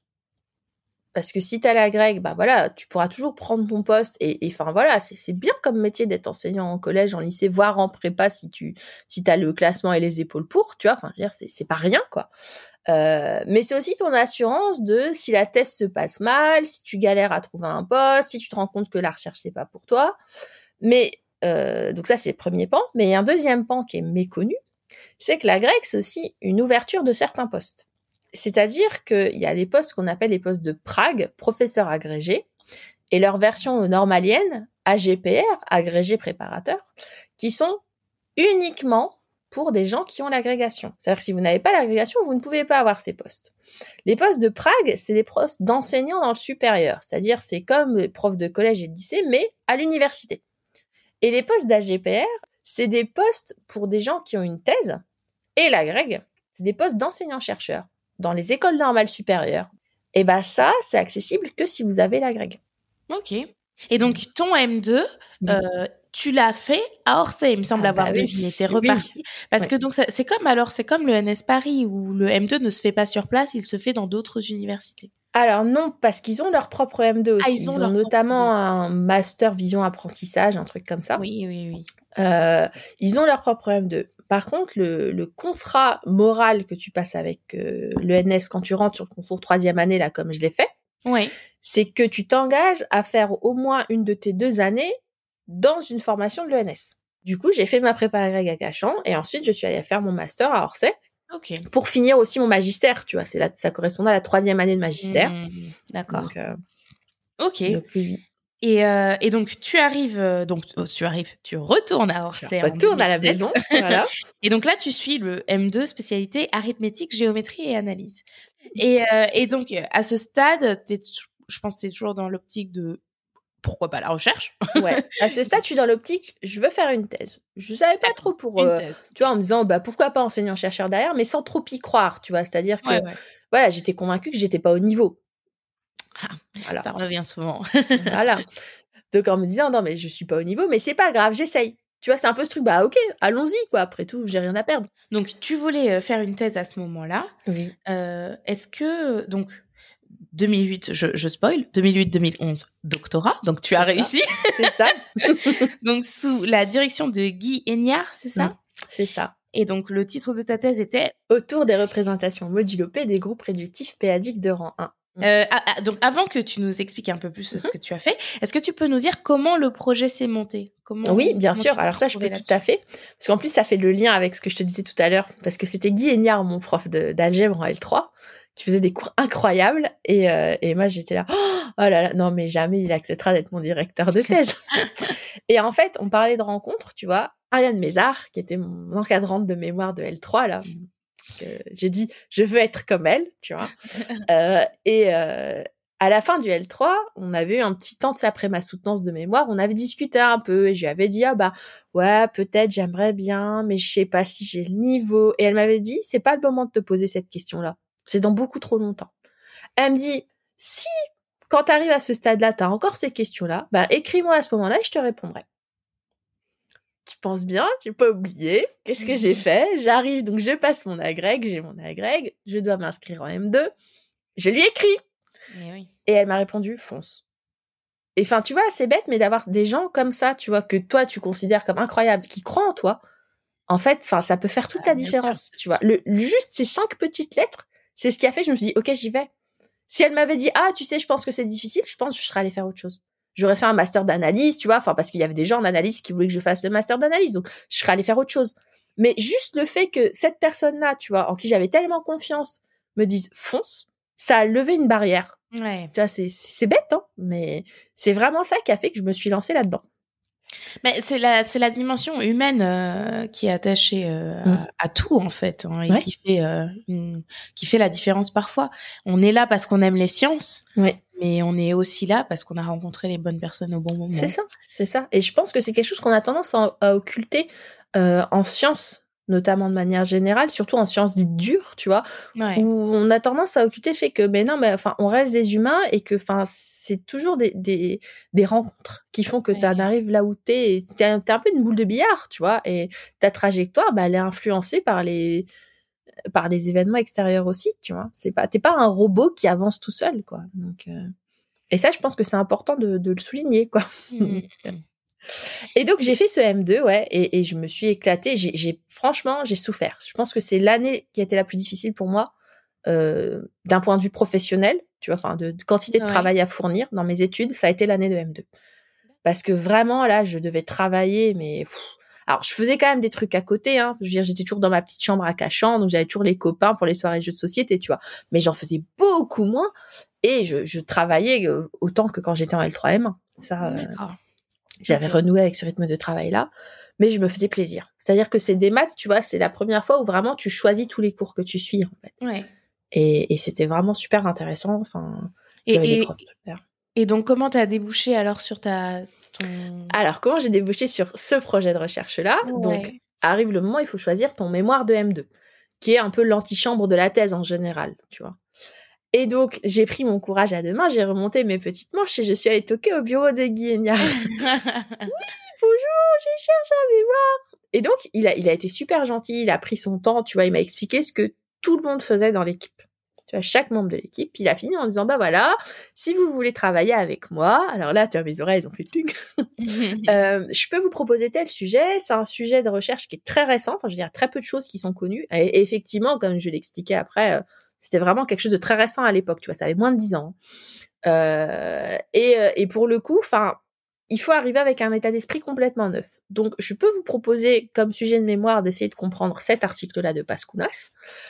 Parce que si t'as l'agrég, bah voilà, tu pourras toujours prendre ton poste et, enfin voilà, c'est, c'est bien comme métier d'être enseignant en collège, en lycée, voire en prépa si tu, si t'as le classement et les épaules pour, tu vois, enfin, je veux dire, c'est, c'est pas rien, quoi. Euh, mais c'est aussi ton assurance de si la thèse se passe mal, si tu galères à trouver un poste, si tu te rends compte que la recherche c'est pas pour toi. Mais, euh, donc ça c'est le premier pan. Mais il y a un deuxième pan qui est méconnu, c'est que l'agrég c'est aussi une ouverture de certains postes. C'est-à-dire qu'il y a des postes qu'on appelle les postes de Prague, professeur agrégé, et leur version normalienne, A G P R, agrégé préparateur, qui sont uniquement pour des gens qui ont l'agrégation. C'est-à-dire que si vous n'avez pas l'agrégation, vous ne pouvez pas avoir ces postes. Les postes de Prague, c'est des postes d'enseignants dans le supérieur, c'est-à-dire c'est comme les profs de collège et de lycée, mais à l'université. Et les postes d'A G P R, c'est des postes pour des gens qui ont une thèse, et l'agrég, c'est des postes d'enseignants-chercheurs dans les écoles normales supérieures. Et ben ça, c'est accessible que si vous avez l'agrég. Ok. Et donc, ton M deux, oui. euh, tu l'as fait à Orsay, il me semble ah avoir bah deviné. Oui. T'es reparti. Oui. Parce oui. que donc, ça, c'est comme, alors, c'est comme le N S Paris, où le M deux ne se fait pas sur place, il se fait dans d'autres universités. Alors non, parce qu'ils ont leur propre M deux aussi. Ah, ils ont, ils ont notamment un master vision apprentissage, un truc comme ça. Oui, oui, oui. Euh, ils ont leur propre M deux. Par contre, le, le contrat moral que tu passes avec euh, le N S quand tu rentres sur le concours troisième année, là, comme je l'ai fait, oui. c'est que tu t'engages à faire au moins une de tes deux années dans une formation de l'E N S. Du coup, j'ai fait ma prépa agrég à Cachan et ensuite, je suis allée faire mon master à Orsay. Ok. Pour finir aussi mon magistère, tu vois. C'est là, ça correspondait à la troisième année de magistère. Mmh, d'accord. Donc, euh, Ok. donc oui. Et, euh, et donc, tu arrives, euh, donc, oh, tu arrives, tu retournes à Je Orsay en retourne à la deux mille sept. maison, voilà. Et donc là, tu suis le M deux, spécialité arithmétique, géométrie et analyse. Et, euh, et donc, à ce stade, t'es, je pense que tu es toujours dans l'optique de pourquoi pas la recherche. Ouais. À ce stade, je suis dans l'optique, je veux faire une thèse. Je savais pas trop pour, Une euh, thèse. tu vois, en me disant, bah, pourquoi pas enseignant-chercheur derrière, mais sans trop y croire, tu vois. C'est-à-dire que, Ouais, ouais. voilà, j'étais convaincue que j'étais pas au niveau. Ah, Voilà. ça revient souvent. Voilà. Donc, en me disant, non, mais je suis pas au niveau, mais c'est pas grave, j'essaye. Tu vois, c'est un peu ce truc, bah, ok, allons-y, quoi. Après tout, j'ai rien à perdre. Donc, tu voulais faire une thèse à ce moment-là. Oui. Euh, est-ce que, donc, deux mille huit, je, je spoil, deux mille huit deux mille onze, doctorat, donc tu C'est as ça. réussi. C'est ça. Donc, sous la direction de Guy Héniard, c'est ça? Mmh, c'est ça. Et donc, le titre de ta thèse était Autour des représentations modulo P des groupes réductifs péadiques de rang un. Euh, ah, ah, donc, avant que tu nous expliques un peu plus Mmh. ce que tu as fait, est-ce que tu peux nous dire comment le projet s'est monté? Comment, Oui, bien comment sûr. tu t'es Alors ça, je peux retrouvée tout là-dessus? à fait. Parce qu'en plus, ça fait le lien avec ce que je te disais tout à l'heure. Parce que c'était Guy Héniard, mon prof de- d'algèbre en L trois, qui faisait des cours incroyables. Et, euh, et moi, j'étais là, oh là là, non, mais jamais il acceptera d'être mon directeur de thèse. Et en fait, on parlait de rencontres, tu vois. Ariane Mézard, qui était mon encadrante de mémoire de L trois, là, que j'ai dit, je veux être comme elle, tu vois. euh, et euh, à la fin du L trois, on avait eu un petit temps, tu sais, après ma soutenance de mémoire, on avait discuté un peu, et je lui avais dit, ah bah, ouais, peut-être j'aimerais bien, mais je sais pas si j'ai le niveau. Et elle m'avait dit, c'est pas le moment de te poser cette question-là. C'est dans beaucoup trop longtemps. Elle me dit, si, quand t'arrives à ce stade-là, t'as encore ces questions-là, bah, écris-moi à ce moment-là et je te répondrai. Tu penses bien, j'ai pas oublié. Qu'est-ce que j'ai fait? J'arrive, donc je passe mon agrég, j'ai mon agrég, je dois m'inscrire en M deux. Je lui écris. Eh oui. Et elle m'a répondu, fonce. Et enfin, tu vois, c'est bête, mais d'avoir des gens comme ça, tu vois, que toi, tu considères comme incroyables, qui croient en toi, en fait, enfin, ça peut faire toute Ah, la bien différence, sûr. tu vois. Le, juste ces cinq petites lettres, c'est ce qui a fait, je me suis dit, ok, j'y vais. Si elle m'avait dit, ah, tu sais, je pense que c'est difficile, je pense que je serais allée faire autre chose. J'aurais fait un master d'analyse, tu vois, enfin, parce qu'il y avait des gens en analyse qui voulaient que je fasse le master d'analyse, donc je serais allée faire autre chose. Mais juste le fait que cette personne-là, tu vois, en qui j'avais tellement confiance, me dise, fonce, ça a levé une barrière. Ouais. Tu vois, c'est, c'est bête, hein, mais c'est vraiment ça qui a fait que je me suis lancée là-dedans. Mais c'est la, c'est la dimension humaine euh, qui est attachée euh, Mm. à, à tout, en fait, hein, et Ouais. qui fait, euh, une, qui fait la différence parfois. On est là parce qu'on aime les sciences, Ouais. mais on est aussi là parce qu'on a rencontré les bonnes personnes au bon moment. C'est ça, c'est ça. Et je pense que c'est quelque chose qu'on a tendance à, à occulter euh, en sciences, notamment de manière générale, surtout en sciences dites dures, tu vois, Ouais. où on a tendance à occulter le fait que, mais non, mais enfin, on reste des humains et que, enfin, c'est toujours des, des, des rencontres qui font que Ouais. tu en arrives là où t'es. Et t'es, un- t'es un peu une boule de billard, tu vois, et ta trajectoire, bah, elle est influencée par les, par les événements extérieurs aussi, tu vois. C'est pas, t'es pas un robot qui avance tout seul, quoi. Donc, euh... et ça, je pense que c'est important de, de le souligner, quoi. Mmh. Et donc, j'ai fait ce M deux, ouais, et, et je me suis éclatée. J'ai, j'ai, franchement, j'ai souffert. Je pense que c'est l'année qui a été la plus difficile pour moi, euh, d'un point de vue professionnel, tu vois, enfin, de, de quantité de Ouais. travail à fournir dans mes études. Ça a été l'année de M deux. Parce que vraiment, là, je devais travailler, mais... pff. Alors, je faisais quand même des trucs à côté, hein. Je veux dire, j'étais toujours dans ma petite chambre à Cachan, donc j'avais toujours les copains pour les soirées jeux de société, tu vois. Mais j'en faisais beaucoup moins, et je, je travaillais autant que quand j'étais en L trois M un. Ça, euh, D'accord. j'avais Ok. renoué avec ce rythme de travail-là, mais je me faisais plaisir. C'est-à-dire que c'est des maths, tu vois, c'est la première fois où vraiment tu choisis tous les cours que tu suis, en fait. Ouais. Et, et c'était vraiment super intéressant. Enfin, Et, j'avais des et, profs super. et donc, comment t'as débouché alors sur ta... Ton... Alors, comment j'ai débouché sur ce projet de recherche-là? Ouais. Donc, arrive le moment, il faut choisir ton mémoire de M deux, qui est un peu l'antichambre de la thèse en général, tu vois. Et donc, j'ai pris mon courage à deux mains, j'ai remonté mes petites manches et je suis allée toquer au bureau de Guy Héniard. Oui, bonjour, je cherche un mémoire. Et donc, il a, il a été super gentil, il a pris son temps, tu vois, il m'a expliqué ce que tout le monde faisait dans l'équipe. Tu vois, chaque membre de l'équipe, il a fini en disant, bah voilà, si vous voulez travailler avec moi, alors là, tu vois, mes oreilles, elles ont fait le truc. euh, je peux vous proposer tel sujet, c'est un sujet de recherche qui est très récent, enfin, je veux dire, très peu de choses qui sont connues. Et, et effectivement, comme je l'expliquais après, euh, c'était vraiment quelque chose de très récent à l'époque, tu vois, ça avait moins de dix ans. Euh, et, et pour le coup, enfin, il faut arriver avec un état d'esprit complètement neuf. Donc, je peux vous proposer comme sujet de mémoire d'essayer de comprendre cet article-là de Pascunas.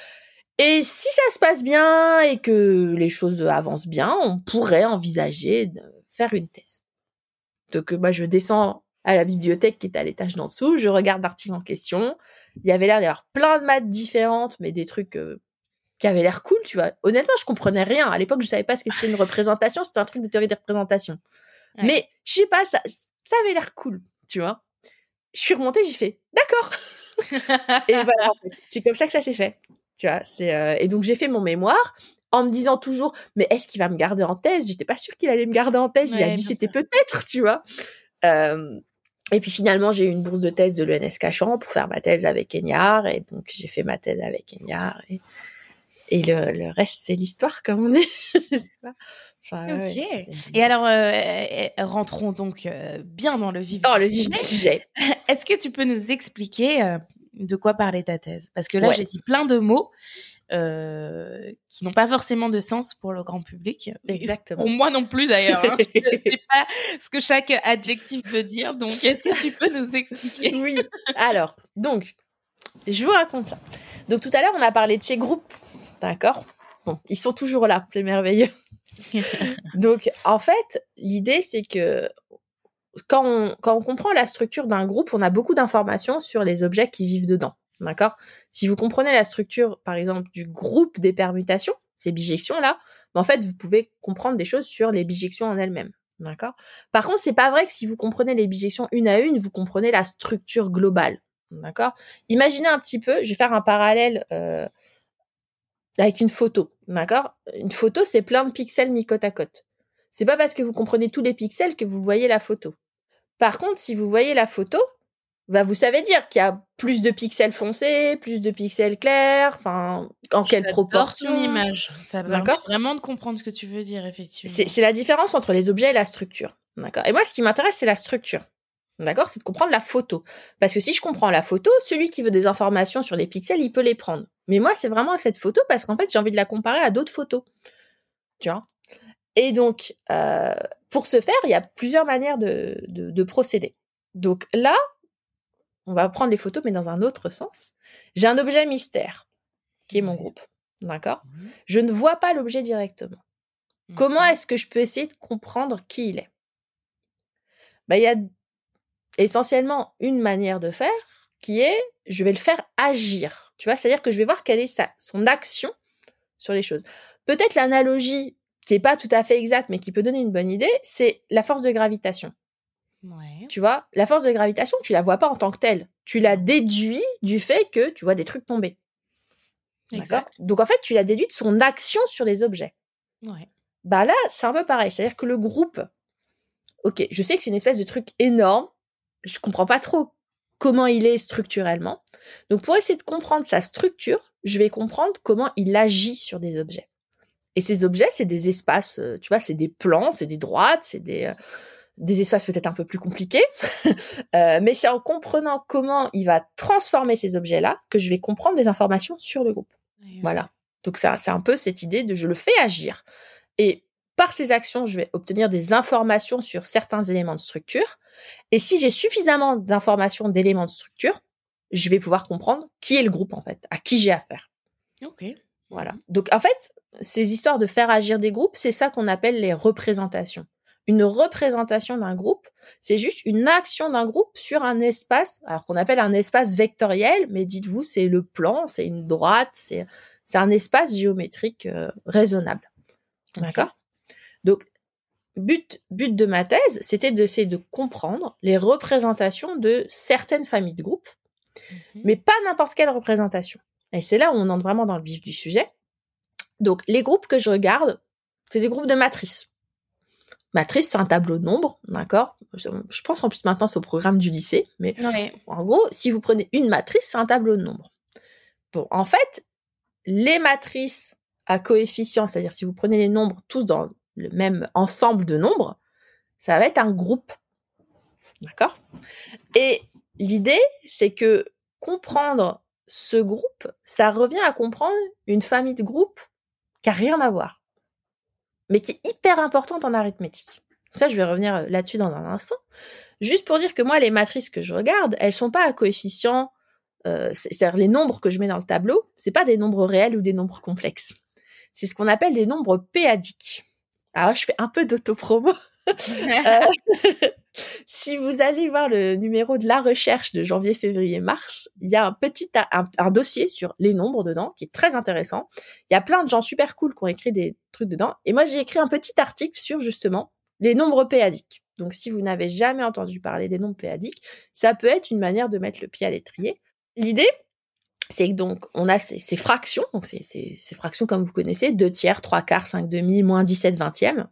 Et si ça se passe bien et que les choses avancent bien, on pourrait envisager de faire une thèse. Donc, moi, je descends à la bibliothèque qui est à l'étage d'en dessous, je regarde l'article en question. Il y avait l'air d'y avoir plein de maths différentes, mais des trucs euh, qui avaient l'air cool, tu vois. Honnêtement, je comprenais rien. À l'époque, je savais pas ce que c'était une représentation, c'était un truc de théorie des représentations. Ouais. Mais, je sais pas, ça, ça avait l'air cool, tu vois. Je suis remontée, j'ai fait, d'accord. Et voilà, en fait, c'est comme ça que ça s'est fait. Tu vois, c'est euh... et donc j'ai fait mon mémoire en me disant toujours, mais est-ce qu'il va me garder en thèse? J'étais pas sûre qu'il allait me garder en thèse. Ouais, il a dit c'était sûr. Peut-être, tu vois. Euh... Et puis finalement, j'ai eu une bourse de thèse de l'E N S Cachan pour faire ma thèse avec Egnard, et donc j'ai fait ma thèse avec Egnard, et, et le, le reste c'est l'histoire, comme on dit. Je sais pas. Enfin, ok. Ouais. Et alors, euh, rentrons donc euh, bien dans le vif dans du le vif du sujet. Est-ce que tu peux nous expliquer euh, de quoi parlait ta thèse? Parce que là, ouais. j'ai dit plein de mots euh, qui n'ont pas forcément de sens pour le grand public. Exactement. Pour moi non plus d'ailleurs. Hein. Je ne sais pas ce que chaque adjectif veut dire. Donc, est-ce que tu peux nous expliquer? Oui. Alors, donc, je vous raconte ça. Donc, tout à l'heure, on a parlé de ces groupes. D'accord? Bon, ils sont toujours là. C'est merveilleux. Donc, en fait, l'idée, c'est que quand on, quand on comprend la structure d'un groupe, on a beaucoup d'informations sur les objets qui vivent dedans. D'accord? Si vous comprenez la structure, par exemple, du groupe des permutations, ces bijections-là, ben en fait, vous pouvez comprendre des choses sur les bijections en elles-mêmes. D'accord? Par contre, c'est pas vrai que si vous comprenez les bijections une à une, vous comprenez la structure globale. D'accord? Imaginez un petit peu, je vais faire un parallèle euh, avec une photo. D'accord? Une photo, c'est plein de pixels mis côte à côte. C'est pas parce que vous comprenez tous les pixels que vous voyez la photo. Par contre, si vous voyez la photo, bah vous savez dire qu'il y a plus de pixels foncés, plus de pixels clairs, enfin, en quelle proportion. J'adore ton image. Ça permet vraiment de comprendre ce que tu veux dire, effectivement. C'est, c'est la différence entre les objets et la structure. D'accord? Et moi, ce qui m'intéresse, c'est la structure. D'accord? C'est de comprendre la photo. Parce que si je comprends la photo, celui qui veut des informations sur les pixels, il peut les prendre. Mais moi, c'est vraiment cette photo parce qu'en fait, j'ai envie de la comparer à d'autres photos. Tu vois? Et donc, euh, pour ce faire, il y a plusieurs manières de, de, de procéder. Donc là, on va prendre les photos, mais dans un autre sens. J'ai un objet mystère, qui est mon groupe. D'accord ? Mmh. Je ne vois pas l'objet directement. Mmh. Comment est-ce que je peux essayer de comprendre qui il est ? Ben, il y a essentiellement une manière de faire, qui est, je vais le faire agir. Tu vois ? C'est-à-dire que je vais voir quelle est sa, son action sur les choses. Peut-être l'analogie qui est pas tout à fait exacte, mais qui peut donner une bonne idée, c'est la force de gravitation. Ouais. Tu vois, la force de gravitation, tu la vois pas en tant que telle. Tu la déduis du fait que tu vois des trucs tomber. D'accord ? Donc, en fait, tu la déduis de son action sur les objets. Ouais. Bah là, c'est un peu pareil. C'est-à-dire que le groupe, ok, je sais que c'est une espèce de truc énorme. Je comprends pas trop comment il est structurellement. Donc, pour essayer de comprendre sa structure, je vais comprendre comment il agit sur des objets. Et ces objets, c'est des espaces, euh, tu vois, c'est des plans, c'est des droites, c'est des... Euh, des espaces peut-être un peu plus compliqués, euh, mais c'est en comprenant comment il va transformer ces objets-là que je vais comprendre des informations sur le groupe. Oui. Voilà. Donc ça, c'est un peu cette idée de je le fais agir. Et par ces actions, je vais obtenir des informations sur certains éléments de structure. Et si j'ai suffisamment d'informations, d'éléments de structure, je vais pouvoir comprendre qui est le groupe, en fait, à qui j'ai affaire. Ok. Voilà. Donc, en fait, ces histoires de faire agir des groupes, c'est ça qu'on appelle les représentations. Une représentation d'un groupe, c'est juste une action d'un groupe sur un espace, alors qu'on appelle un espace vectoriel, mais dites-vous, c'est le plan, c'est une droite, c'est, c'est un espace géométrique euh, raisonnable. Okay. D'accord ? Donc, but, but de ma thèse, c'était d'essayer de comprendre les représentations de certaines familles de groupes, mm-hmm. mais pas n'importe quelle représentation. Et c'est là où on entre vraiment dans le vif du sujet. Donc, les groupes que je regarde, c'est des groupes de matrices. Matrice, c'est un tableau de nombres, d'accord ? Je, je pense en plus maintenant c'est au programme du lycée, mais ouais. En gros, si vous prenez une matrice, c'est un tableau de nombres. Bon, en fait, les matrices à coefficients, c'est-à-dire si vous prenez les nombres tous dans le même ensemble de nombres, ça va être un groupe, d'accord ? Et l'idée, c'est que comprendre ce groupe, ça revient à comprendre une famille de groupes qui a rien à voir, mais qui est hyper importante en arithmétique. Ça, je vais revenir là-dessus dans un instant. Juste pour dire que moi, les matrices que je regarde, elles sont pas à coefficient, euh, c'est-à-dire les nombres que je mets dans le tableau, c'est pas des nombres réels ou des nombres complexes. C'est ce qu'on appelle des nombres p-adiques. Alors, je fais un peu d'autopromo. euh, si vous allez voir le numéro de la recherche de janvier, février, mars, il y a un petit un, un dossier sur les nombres dedans qui est très intéressant. Il y a plein de gens super cool qui ont écrit des trucs dedans. Et moi, j'ai écrit un petit article sur justement les nombres p-adiques. Donc, si vous n'avez jamais entendu parler des nombres p-adiques, ça peut être une manière de mettre le pied à l'étrier. L'idée, c'est que donc, on a ces, ces fractions, donc ces, ces, ces fractions comme vous connaissez, deux tiers, trois quarts, cinq demi, moins dix-sept vingtièmes.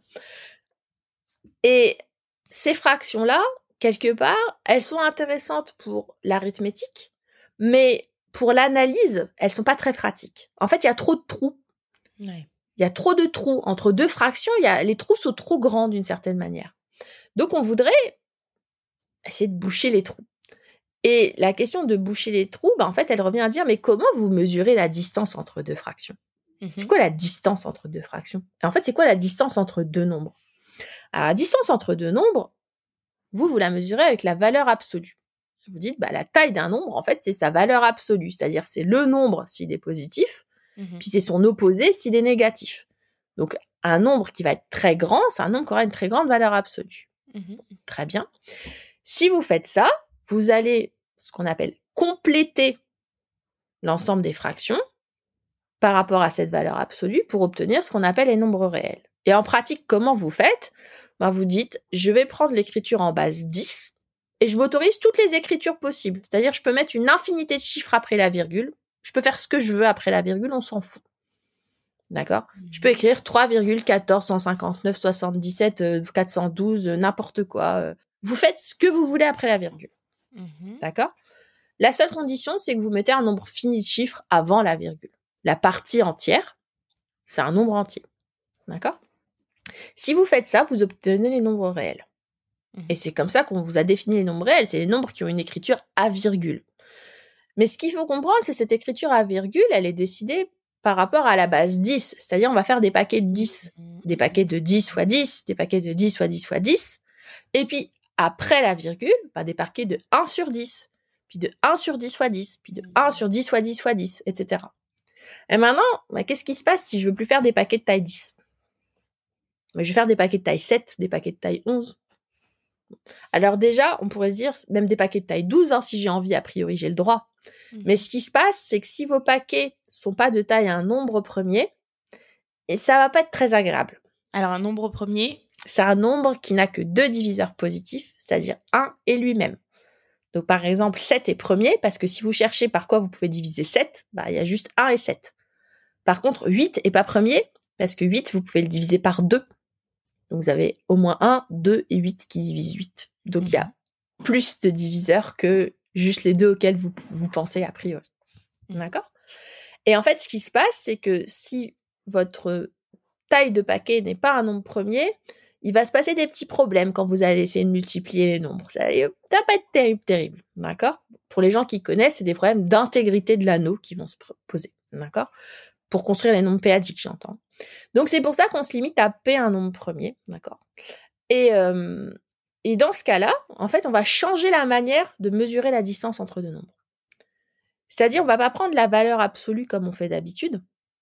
Et ces fractions-là, quelque part, elles sont intéressantes pour l'arithmétique, mais pour l'analyse, elles sont pas très pratiques. En fait, il y a trop de trous. Ouais. Il y a trop de trous. Entre deux fractions, il y a, les trous sont trop grands d'une certaine manière. Donc, on voudrait essayer de boucher les trous. Et la question de boucher les trous, bah, en fait, elle revient à dire, mais comment vous mesurez la distance entre deux fractions ? Mm-hmm. C'est quoi la distance entre deux fractions ? Et en fait, c'est quoi la distance entre deux nombres ? Alors, la distance entre deux nombres, vous, vous la mesurez avec la valeur absolue. Vous dites, bah, la taille d'un nombre, en fait, c'est sa valeur absolue. C'est-à-dire, c'est le nombre s'il est positif, mm-hmm. puis c'est son opposé s'il est négatif. Donc, un nombre qui va être très grand, c'est un nombre qui aura une très grande valeur absolue. Mm-hmm. Très bien. Si vous faites ça, vous allez, ce qu'on appelle, compléter l'ensemble des fractions par rapport à cette valeur absolue pour obtenir ce qu'on appelle les nombres réels. Et en pratique, comment vous faites ? Ben, vous dites, je vais prendre l'écriture en base dix et je m'autorise toutes les écritures possibles. C'est-à-dire, je peux mettre une infinité de chiffres après la virgule. Je peux faire ce que je veux après la virgule, on s'en fout. D'accord ? Mmh. Je peux écrire trois virgule quatorze cent cinquante-neuf soixante-dix-sept euh, quatre cent douze, euh, n'importe quoi. Euh. Vous faites ce que vous voulez après la virgule. Mmh. D'accord ? La seule condition, c'est que vous mettez un nombre fini de chiffres avant la virgule. La partie entière, c'est un nombre entier. D'accord ? Si vous faites ça, vous obtenez les nombres réels. Mmh. Et c'est comme ça qu'on vous a défini les nombres réels. C'est les nombres qui ont une écriture à virgule. Mais ce qu'il faut comprendre, c'est que cette écriture à virgule, elle est décidée par rapport à la base dix. C'est-à-dire, on va faire des paquets de dix. Mmh. Des paquets de dix fois dix, des paquets de dix fois dix fois dix. Et puis, après la virgule, bah, des paquets de un sur dix. Puis de un sur dix fois dix. Puis de un sur dix fois dix fois dix, et cetera. Et maintenant, bah, qu'est-ce qui se passe si je veux plus faire des paquets de taille dix ? Mais je vais faire des paquets de taille sept, des paquets de taille onze. Alors déjà, on pourrait se dire, même des paquets de taille douze, hein, si j'ai envie, a priori, j'ai le droit. Mmh. Mais ce qui se passe, c'est que si vos paquets sont pas de taille à un nombre premier, et ça va pas être très agréable. Alors, un nombre premier, c'est un nombre qui n'a que deux diviseurs positifs, c'est-à-dire un et lui-même. Donc, par exemple, sept est premier, parce que si vous cherchez par quoi vous pouvez diviser sept, bah, il y a juste un et sept. Par contre, huit est pas premier, parce que huit, vous pouvez le diviser par deux. Donc, vous avez au moins un, deux et huit qui divisent huit. Donc, il mmh. y a plus de diviseurs que juste les deux auxquels vous, vous pensez a priori. Mmh. D'accord ? Et en fait, ce qui se passe, c'est que si votre taille de paquet n'est pas un nombre premier, il va se passer des petits problèmes quand vous allez essayer de multiplier les nombres. Ça va pas être terrible, terrible. D'accord ? Pour les gens qui connaissent, c'est des problèmes d'intégrité de l'anneau qui vont se poser. D'accord ? Pour construire les nombres p-adiques, j'entends. Donc, c'est pour ça qu'on se limite à P un nombre premier, d'accord ? Et, euh, et dans ce cas-là, en fait, on va changer la manière de mesurer la distance entre deux nombres. C'est-à-dire, on va pas prendre la valeur absolue comme on fait d'habitude.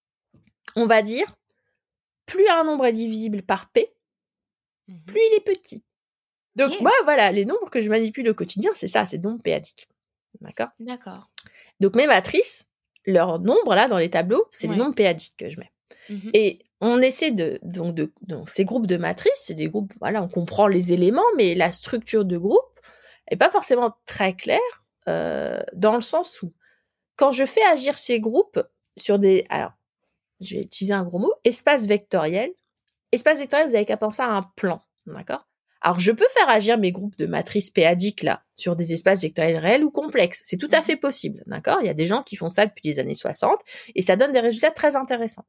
On va dire, plus un nombre est divisible par P, mmh. plus il est petit. Donc, yeah. moi, voilà, les nombres que je manipule au quotidien, c'est ça, c'est des nombres p-adiques. D'accord ? D'accord. Donc, mes matrices, leurs nombres, là, dans les tableaux, c'est ouais. des nombres p-adiques que je mets. Mmh. Et on essaie de donc, de donc ces groupes de matrices, c'est des groupes, voilà, on comprend les éléments, mais la structure de groupe est pas forcément très claire euh, dans le sens où quand je fais agir ces groupes sur des, alors je vais utiliser un gros mot, espace vectoriel. Espace vectoriel, vous avez qu'à penser à un plan, d'accord ? Alors je peux faire agir mes groupes de matrices p-adiques là sur des espaces vectoriels réels ou complexes, c'est tout à fait possible, d'accord ? Il y a des gens qui font ça depuis les années soixante et ça donne des résultats très intéressants.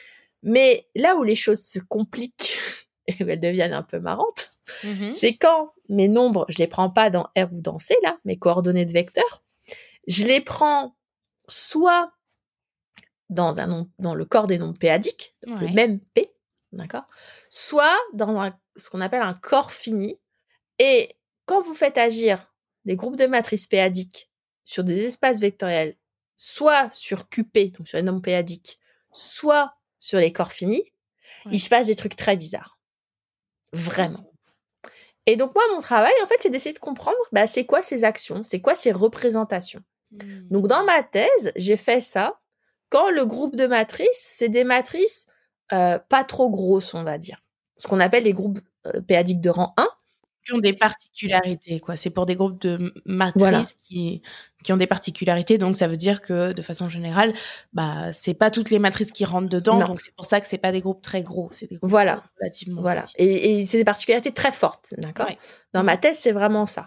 Mais là où les choses se compliquent et où elles deviennent un peu marrantes, mmh. c'est quand mes nombres, je les prends pas dans R ou dans C, là, mes coordonnées de vecteurs, je les prends soit dans, un nombre, dans le corps des nombres p-adiques, donc ouais. le même P, d'accord ? Soit dans un, ce qu'on appelle un corps fini. Et quand vous faites agir des groupes de matrices p-adiques sur des espaces vectoriels, soit sur Q P, donc sur les nombres p-adiques, soit sur les corps finis, ouais. il se passe des trucs très bizarres. Vraiment. Okay. Et donc moi, mon travail, en fait, c'est d'essayer de comprendre bah, c'est quoi ces actions, c'est quoi ces représentations. Mmh. Donc dans ma thèse, j'ai fait ça quand le groupe de matrices, c'est des matrices euh, pas trop grosses, on va dire. Ce qu'on appelle les groupes euh, p-adiques de rang un. Qui ont des particularités, quoi. C'est pour des groupes de matrices voilà. qui, qui ont des particularités. Donc, ça veut dire que, de façon générale, bah, c'est pas toutes les matrices qui rentrent dedans. Non. Donc, c'est pour ça que c'est pas des groupes très gros. C'est des groupes voilà. relativement Voilà. petits. Et, et c'est des particularités très fortes, d'accord ? Ouais. Dans ma thèse, c'est vraiment ça.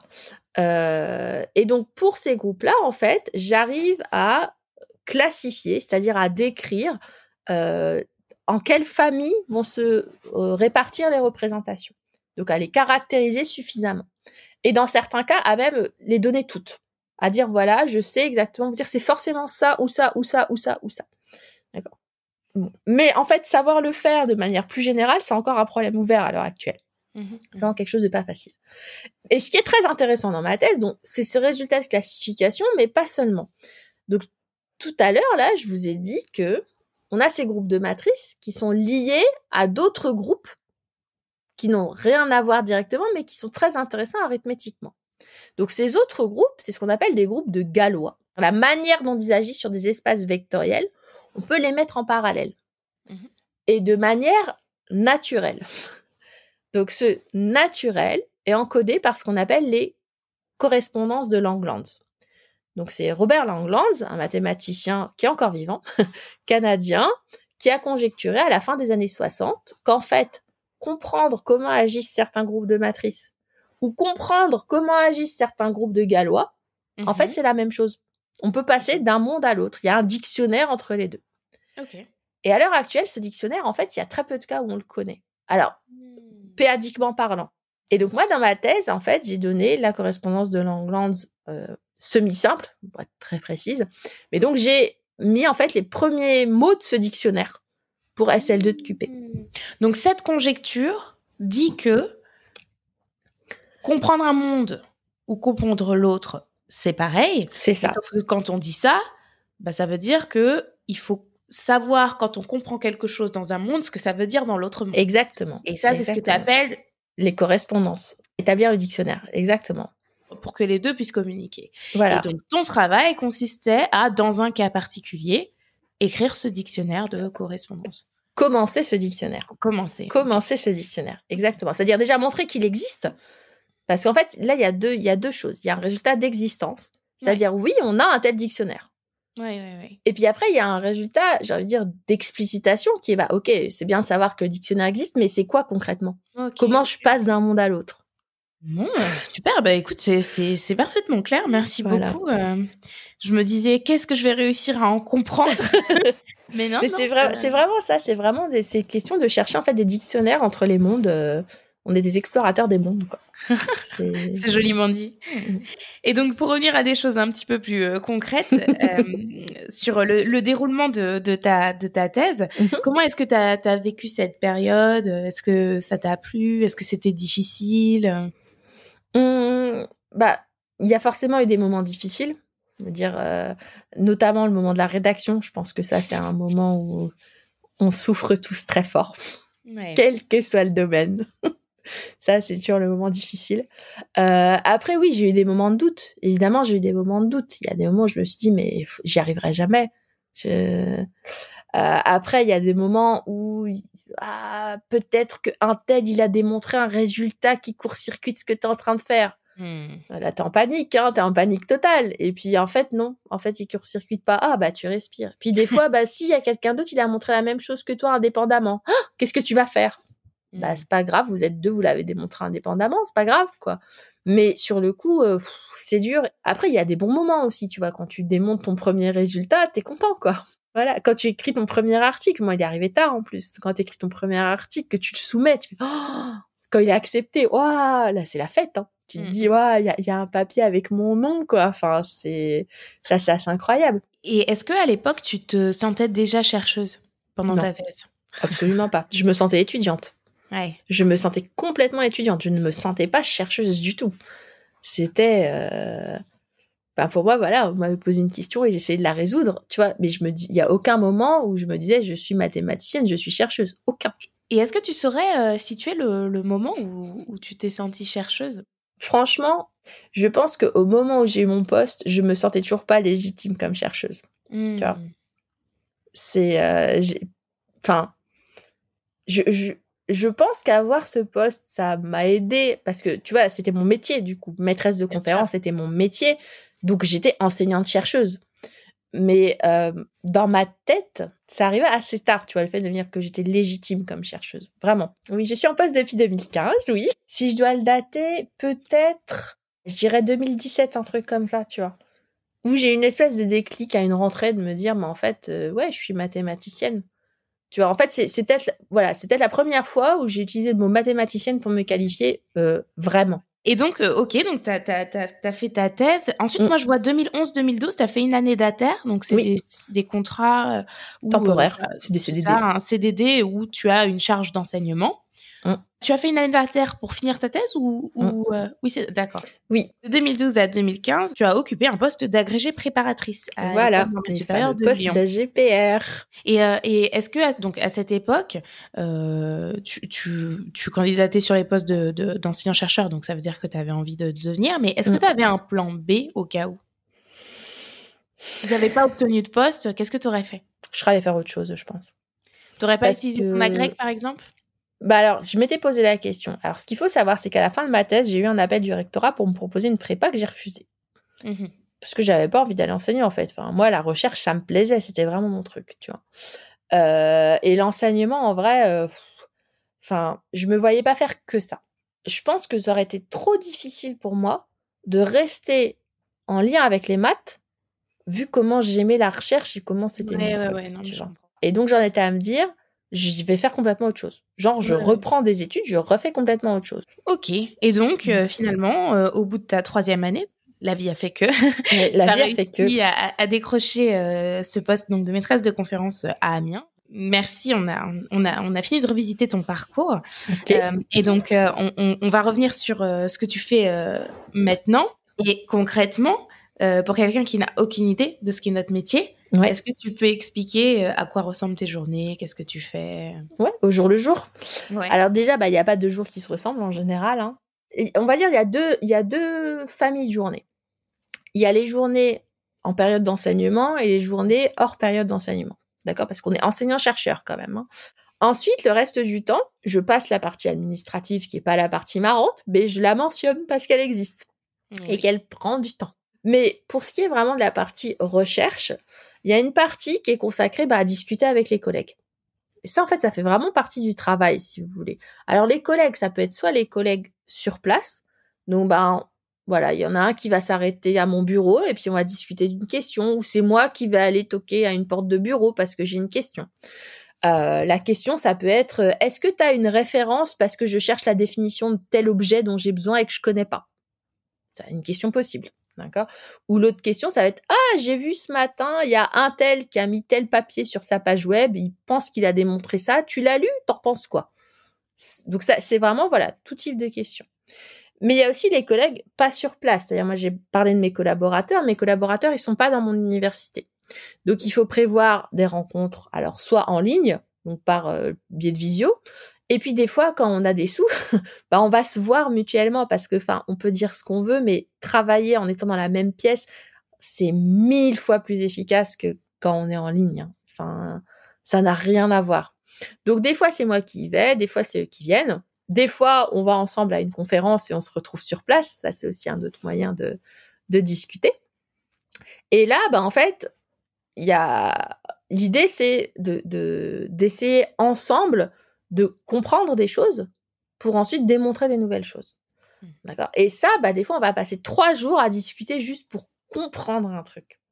Euh, et donc, pour ces groupes-là, en fait, j'arrive à classifier, c'est-à-dire à décrire euh, en quelle famille vont se euh, répartir les représentations. Donc, à les caractériser suffisamment. Et dans certains cas, à même les donner toutes. À dire, voilà, je sais exactement, vous dire, c'est forcément ça, ou ça, ou ça, ou ça, ou ça. D'accord. Bon. Mais en fait, savoir le faire de manière plus générale, c'est encore un problème ouvert à l'heure actuelle. Mmh, mmh. C'est vraiment quelque chose de pas facile. Et ce qui est très intéressant dans ma thèse, donc, c'est ces résultats de classification, mais pas seulement. Donc, tout à l'heure, là, je vous ai dit que on a ces groupes de matrices qui sont liés à d'autres groupes qui n'ont rien à voir directement, mais qui sont très intéressants arithmétiquement. Donc, ces autres groupes, c'est ce qu'on appelle des groupes de Galois. La manière dont ils agissent sur des espaces vectoriels, on peut les mettre en parallèle. Mmh. Et de manière naturelle. Donc, ce naturel est encodé par ce qu'on appelle les correspondances de Langlands. Donc, c'est Robert Langlands, un mathématicien qui est encore vivant, canadien, qui a conjecturé à la fin des années soixante qu'en fait, comprendre comment agissent certains groupes de matrices ou comprendre comment agissent certains groupes de Galois, mmh. en fait, c'est la même chose. On peut passer d'un monde à l'autre. Il y a un dictionnaire entre les deux. Okay. Et à l'heure actuelle, ce dictionnaire, en fait, il y a très peu de cas où on le connaît. Alors, mmh. p-adiquement parlant. Et donc, moi, dans ma thèse, en fait, j'ai donné la correspondance de Langlands euh, semi-simple, pour être très précise. Mais donc, j'ai mis, en fait, les premiers mots de ce dictionnaire pour S L deux de Q P. Donc, cette conjecture dit que comprendre un monde ou comprendre l'autre, c'est pareil. C'est ça. Sauf que quand on dit ça, bah, ça veut dire que il faut savoir, quand on comprend quelque chose dans un monde, ce que ça veut dire dans l'autre monde. Exactement. Et ça, Exactement. C'est ce que tu appelles... les correspondances. Établir le dictionnaire. Exactement. Pour que les deux puissent communiquer. Voilà. Et donc, ton travail consistait à, dans un cas particulier, écrire ce dictionnaire de correspondance. Commencer ce dictionnaire. Commencer. Commencer okay. ce dictionnaire. Exactement. C'est-à-dire déjà montrer qu'il existe. Parce qu'en fait, là, il y a deux, il y a deux choses. Il y a un résultat d'existence. C'est-à-dire, ouais. oui, on a un tel dictionnaire. Oui, oui, oui. Et puis après, il y a un résultat, j'ai envie de dire, d'explicitation qui est, bah, ok, c'est bien de savoir que le dictionnaire existe, mais c'est quoi concrètement ? Okay. Comment je passe d'un monde à l'autre ? Bon, super. Bah, écoute, c'est, c'est, c'est parfaitement clair. Merci voilà. beaucoup. Euh, je me disais, qu'est-ce que je vais réussir à en comprendre ? Mais non, mais non, c'est, vra- c'est vraiment ça. C'est vraiment des, c'est question de chercher, en fait, des dictionnaires entre les mondes. Euh, on est des explorateurs des mondes, quoi. C'est... c'est joliment dit. Et donc, pour revenir à des choses un petit peu plus euh, concrètes, euh, sur le, le déroulement de, de, ta, de ta thèse, mm-hmm. comment est-ce que tu as vécu cette période ? Est-ce que ça t'a plu ? Est-ce que c'était difficile ? mmh, Bah, il y a forcément eu des moments difficiles. Je veux dire, euh, notamment le moment de la rédaction. Je pense que ça, c'est un moment où on souffre tous très fort, ouais. quel que soit le domaine. Ça, c'est toujours le moment difficile. Euh, après, oui, j'ai eu des moments de doute. Évidemment, j'ai eu des moments de doute. Il y a des moments où je me suis dit, mais j'y arriverai jamais. Je... Euh, après, il y a des moments où ah, peut-être qu'un tel, il a démontré un résultat qui court-circuite ce que tu es en train de faire. Hmm. Là, t'es en panique, hein, t'es en panique totale. Et puis, en fait, non. En fait, il court-circuite pas. Ah, bah, tu respires. Puis, des fois, bah, si, il y a quelqu'un d'autre, il a montré la même chose que toi, indépendamment. Ah, qu'est-ce que tu vas faire ? Bah, c'est pas grave, vous êtes deux, vous l'avez démontré indépendamment, c'est pas grave, quoi. Mais sur le coup, euh, pff, c'est dur. Après, il y a des bons moments aussi, tu vois, quand tu démontres ton premier résultat, t'es content, quoi. Voilà, quand tu écris ton premier article, moi, il est arrivé tard, en plus. Quand tu écris ton premier article, que tu le soumets, tu fais, oh, quand il est accepté, waouh, là, c'est la fête, hein. Tu te mmh. dis, waouh, il y a, y a un papier avec mon nom, quoi. Enfin, c'est, ça, c'est assez incroyable. Et est-ce que à l'époque, tu te sentais déjà chercheuse pendant non. ta thèse ? Absolument pas. Je me sentais étudiante. Ouais. Je me sentais complètement étudiante. Je ne me sentais pas chercheuse du tout. C'était... Euh... Enfin, pour moi, voilà, on m'avait posé une question et j'essayais de la résoudre, tu vois. Mais je me dis, il y a aucun moment où je me disais, je suis mathématicienne, je suis chercheuse. Aucun. Et est-ce que tu saurais euh, situer le, le moment où, où tu t'es sentie chercheuse ? Franchement, je pense qu'au moment où j'ai eu mon poste, je me sentais toujours pas légitime comme chercheuse. Mmh. Tu vois. C'est... Euh, j'ai... Enfin... Je, je, je pense qu'avoir ce poste, ça m'a aidée parce que, tu vois, c'était mon métier, du coup. Maîtresse de conférence, c'était mon métier. Donc, j'étais enseignante-chercheuse. Mais euh, dans ma tête, ça arrivait assez tard, tu vois, le fait de dire que j'étais légitime comme chercheuse. Vraiment. Oui, je suis en poste depuis deux mille quinze, oui. Si je dois le dater, peut-être, je dirais deux mille dix-sept, un truc comme ça, tu vois. Où j'ai une espèce de déclic à une rentrée de me dire, mais en fait, euh, ouais, je suis mathématicienne. Tu vois, en fait, c'est, c'est peut-être, voilà, c'est peut-être la première fois où j'ai utilisé le mot mathématicienne pour me qualifier euh, vraiment. Et donc, euh, ok, donc t'as, t'as, t'as, t'as fait ta thèse. Ensuite, mmh. moi, je vois deux mille onze deux mille douze, t'as fait une année d'A T E R, donc c'est oui. des, des contrats euh, où, temporaires, euh, c'est des C D D. Ça, un C D D où tu as une charge d'enseignement. Mmh. Tu as fait une année d'A T E R pour finir ta thèse ou, ou mmh. euh, oui, c'est d'accord. Oui. De deux mille douze à deux mille quinze, tu as occupé un poste d'agrégée préparatrice à voilà, l'école supérieure de poste Lyon. d'A G P R. Et, euh, et est-ce que donc à cette époque, euh, tu, tu, tu candidatais sur les postes de, de, d'enseignant-chercheur, donc ça veut dire que tu avais envie de, de devenir, mais est-ce que tu avais un plan B au cas où ? Si tu n'avais pas obtenu de poste, qu'est-ce que tu aurais fait ? Je serais allée faire autre chose, je pense. Tu n'aurais pas Parce utilisé que... ton agrég, par exemple ? Bah alors, je m'étais posé la question. Alors, ce qu'il faut savoir, c'est qu'à la fin de ma thèse, j'ai eu un appel du rectorat pour me proposer une prépa que j'ai refusée. Mmh. Parce que j'avais pas envie d'aller enseigner, en fait. Enfin, moi, la recherche, ça me plaisait. C'était vraiment mon truc, tu vois. Euh, et l'enseignement, en vrai, euh, enfin, je me voyais pas faire que ça. Je pense que ça aurait été trop difficile pour moi de rester en lien avec les maths, vu comment j'aimais la recherche et comment c'était ouais, mon ouais, truc, ouais, non, tu vois. comprends. Et donc, j'en étais à me dire, je vais faire complètement autre chose. Genre, je ouais. reprends des études, je refais complètement autre chose. Ok. Et donc, euh, finalement, euh, au bout de ta troisième année, la vie a fait que ouais, la vie a fait que à, à décrocher euh, ce poste donc de maîtresse de conférence à Amiens. Merci, on a on a on a fini de revisiter ton parcours. Okay. Euh, et donc euh, on, on, on va revenir sur euh, ce que tu fais euh, maintenant et concrètement euh, pour quelqu'un qui n'a aucune idée de ce qu'est notre métier. Ouais. Est-ce que tu peux expliquer à quoi ressemblent tes journées ? Qu'est-ce que tu fais ? Ouais, au jour le jour. Ouais. Alors déjà, bah il y a pas deux jours qui se ressemblent en général. Hein. Et on va dire il y a deux il y a deux familles de journées. Il y a les journées en période d'enseignement et les journées hors période d'enseignement. D'accord ? Parce qu'on est enseignant-chercheur quand même. Hein. Ensuite, le reste du temps, je passe la partie administrative qui est pas la partie marrante, mais je la mentionne parce qu'elle existe mmh, et oui. qu'elle prend du temps. Mais pour ce qui est vraiment de la partie recherche, il y a une partie qui est consacrée bah, à discuter avec les collègues. Et ça, en fait, ça fait vraiment partie du travail, si vous voulez. Alors, les collègues, ça peut être soit les collègues sur place. Donc, bah, voilà, il y en a un qui va s'arrêter à mon bureau et puis on va discuter d'une question. Ou c'est moi qui vais aller toquer à une porte de bureau parce que j'ai une question. Euh, la question, ça peut être « Est-ce que tu as une référence parce que je cherche la définition de tel objet dont j'ai besoin et que je connais pas ?» C'est une question possible. D'accord ? Ou l'autre question, ça va être « Ah, j'ai vu ce matin, il y a un tel qui a mis tel papier sur sa page web, il pense qu'il a démontré ça, tu l'as lu, t'en penses quoi ?» Donc ça, c'est vraiment, voilà, tout type de questions. Mais il y a aussi les collègues pas sur place. C'est-à-dire, moi, j'ai parlé de mes collaborateurs. Mes collaborateurs, ils sont pas dans mon université. Donc, il faut prévoir des rencontres, alors soit en ligne, donc par euh, biais de visio, et puis des fois, quand on a des sous, bah on va se voir mutuellement parce que, enfin, on peut dire ce qu'on veut, mais travailler en étant dans la même pièce, c'est mille fois plus efficace que quand on est en ligne. Hein. Enfin, ça n'a rien à voir. Donc des fois, c'est moi qui y vais, des fois, c'est eux qui viennent. Des fois, on va ensemble à une conférence et on se retrouve sur place. Ça, c'est aussi un autre moyen de de discuter. Et là, bah en fait, il y a l'idée, c'est de de d'essayer ensemble de comprendre des choses pour ensuite démontrer des nouvelles choses. Mmh. D'accord ? Et ça, bah, des fois, on va passer trois jours à discuter juste pour comprendre un truc.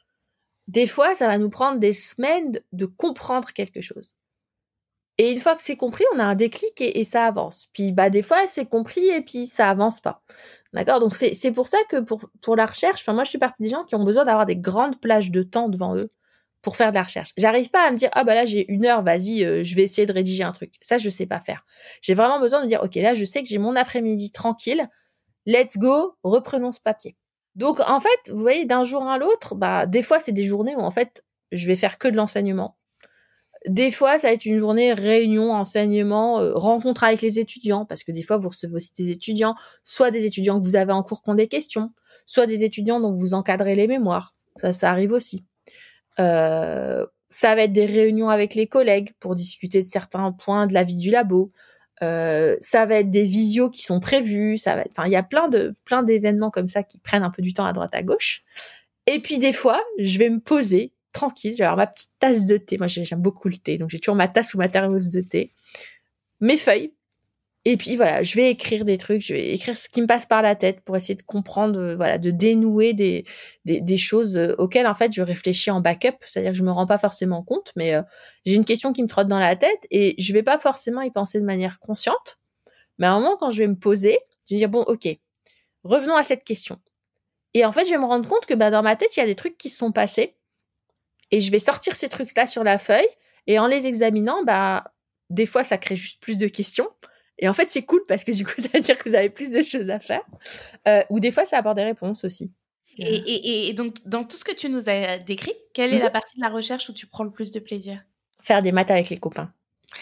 Des fois, ça va nous prendre des semaines de, de comprendre quelque chose. Et une fois que c'est compris, on a un déclic et, et ça avance. Puis, bah, des fois, c'est compris et puis ça avance pas. D'accord ? Donc, c'est, c'est pour ça que pour, pour la recherche, enfin, moi, je suis partie des gens qui ont besoin d'avoir des grandes plages de temps devant eux pour faire de la recherche. J'arrive pas à me dire ah bah là j'ai une heure, vas-y, euh, je vais essayer de rédiger un truc. Ça je sais pas faire. J'ai vraiment besoin de me dire ok là je sais que j'ai mon après-midi tranquille, let's go, reprenons ce papier. Donc en fait vous voyez d'un jour à l'autre, bah des fois c'est des journées où en fait je vais faire que de l'enseignement. Des fois, ça va être une journée réunion, enseignement, euh, rencontre avec les étudiants, parce que des fois, vous recevez aussi des étudiants, soit des étudiants que vous avez en cours qui ont des questions, soit des étudiants dont vous encadrez les mémoires. Ça, ça arrive aussi. Euh, ça va être des réunions avec les collègues pour discuter de certains points de la vie du labo. Euh, ça va être des visios qui sont prévus. Ça va être, enfin, il y a plein de plein d'événements comme ça qui prennent un peu du temps à droite à gauche. Et puis des fois, je vais me poser tranquille, je vais avoir ma petite tasse de thé. Moi, j'aime beaucoup le thé, donc j'ai toujours ma tasse ou ma thermos de thé, mes feuilles, et puis voilà, je vais écrire des trucs, je vais écrire ce qui me passe par la tête pour essayer de comprendre, euh, voilà, de dénouer des, des, des choses euh, auxquelles, en fait, je réfléchis en backup, c'est-à-dire que je me rends pas forcément compte, mais euh, j'ai une question qui me trotte dans la tête et je vais pas forcément y penser de manière consciente, mais à un moment, quand je vais me poser, je vais dire, bon, ok, revenons à cette question. Et en fait, je vais me rendre compte que bah, dans ma tête, il y a des trucs qui se sont passés. Et je vais sortir ces trucs-là sur la feuille, et en les examinant, bah, des fois, ça crée juste plus de questions. Et en fait, c'est cool parce que du coup, ça veut dire que vous avez plus de choses à faire. Euh, ou des fois, ça apporte des réponses aussi. Et, et, et donc, dans tout ce que tu nous as décrit, quelle est mmh. la partie de la recherche où tu prends le plus de plaisir ? Faire des maths avec les copains.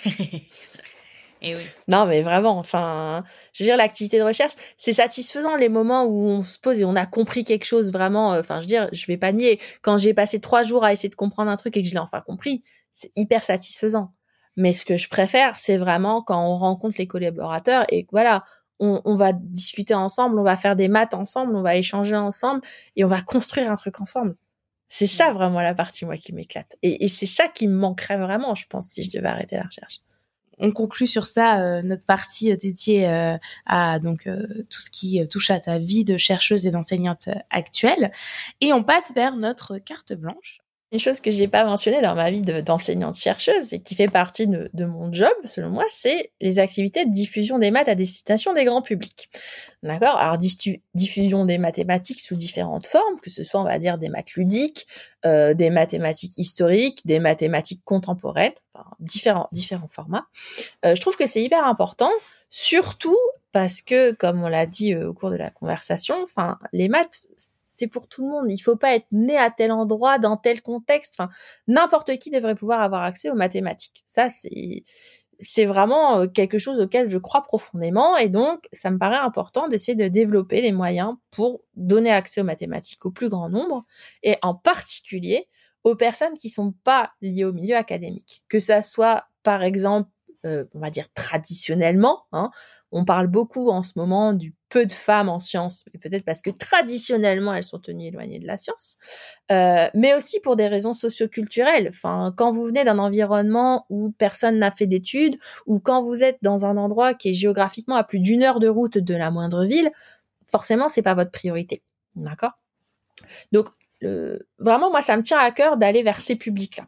Et oui. Non, mais vraiment, enfin, je veux dire, l'activité de recherche, c'est satisfaisant les moments où on se pose et on a compris quelque chose vraiment. Enfin, je veux dire, je vais pas nier. Quand j'ai passé trois jours à essayer de comprendre un truc et que je l'ai enfin compris, c'est hyper satisfaisant. Mais ce que je préfère, c'est vraiment quand on rencontre les collaborateurs et que voilà, on, on va discuter ensemble, on va faire des maths ensemble, on va échanger ensemble et on va construire un truc ensemble. C'est ça vraiment la partie, moi, qui m'éclate. Et, et c'est ça qui me manquerait vraiment, je pense, si je devais arrêter la recherche. On conclut sur ça euh, notre partie euh, dédiée euh, à donc euh, tout ce qui euh, touche à ta vie de chercheuse et d'enseignante euh, actuelle, et on passe vers notre carte blanche. Une chose que j'ai pas mentionnée dans ma vie de, d'enseignante chercheuse et qui fait partie de, de mon job, selon moi, c'est les activités de diffusion des maths à destination des grands publics. D'accord ? Alors, distu- diffusion des mathématiques sous différentes formes, que ce soit, on va dire, des maths ludiques, euh, des mathématiques historiques, des mathématiques contemporaines, enfin, différents, différents formats. Euh, je trouve que c'est hyper important, surtout parce que, comme on l'a dit euh, au cours de la conversation, enfin, les maths, c'est pour tout le monde. Il faut pas être né à tel endroit, dans tel contexte. Enfin, n'importe qui devrait pouvoir avoir accès aux mathématiques. Ça, c'est, c'est vraiment quelque chose auquel je crois profondément. Et donc, ça me paraît important d'essayer de développer les moyens pour donner accès aux mathématiques au plus grand nombre. Et en particulier, aux personnes qui sont pas liées au milieu académique. Que ça soit, par exemple, euh, on va dire traditionnellement, hein, on parle beaucoup en ce moment du peu de femmes en sciences, mais peut-être parce que traditionnellement elles sont tenues éloignées de la science, euh, mais aussi pour des raisons socioculturelles. Enfin, quand vous venez d'un environnement où personne n'a fait d'études, ou quand vous êtes dans un endroit qui est géographiquement à plus d'une heure de route de la moindre ville, forcément c'est pas votre priorité, d'accord ? Donc le... vraiment moi ça me tient à cœur d'aller vers ces publics-là.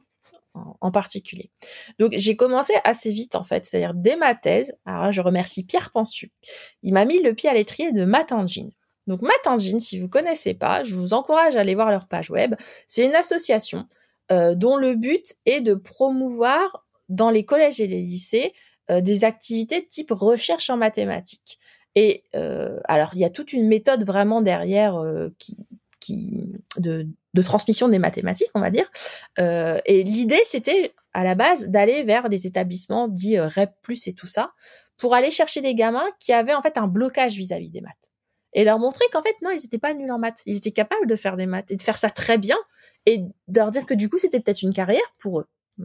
En particulier. Donc, j'ai commencé assez vite, en fait, c'est-à-dire dès ma thèse. Alors là, je remercie Pierre Pensu. Il m'a mis le pied à l'étrier de Math Engine. Donc, Math Engine, si vous connaissez pas, je vous encourage à aller voir leur page web. C'est une association euh, dont le but est de promouvoir dans les collèges et les lycées euh, des activités de type recherche en mathématiques. Et euh, alors, il y a toute une méthode vraiment derrière euh, qui, qui de de transmission des mathématiques, on va dire. Euh, et l'idée, c'était, à la base, d'aller vers des établissements dits euh, R E P plus, et tout ça, pour aller chercher des gamins qui avaient, en fait, un blocage vis-à-vis des maths. Et leur montrer qu'en fait, non, ils étaient pas nuls en maths. Ils étaient capables de faire des maths, et de faire ça très bien, et de leur dire que, du coup, c'était peut-être une carrière pour eux. D'accord ?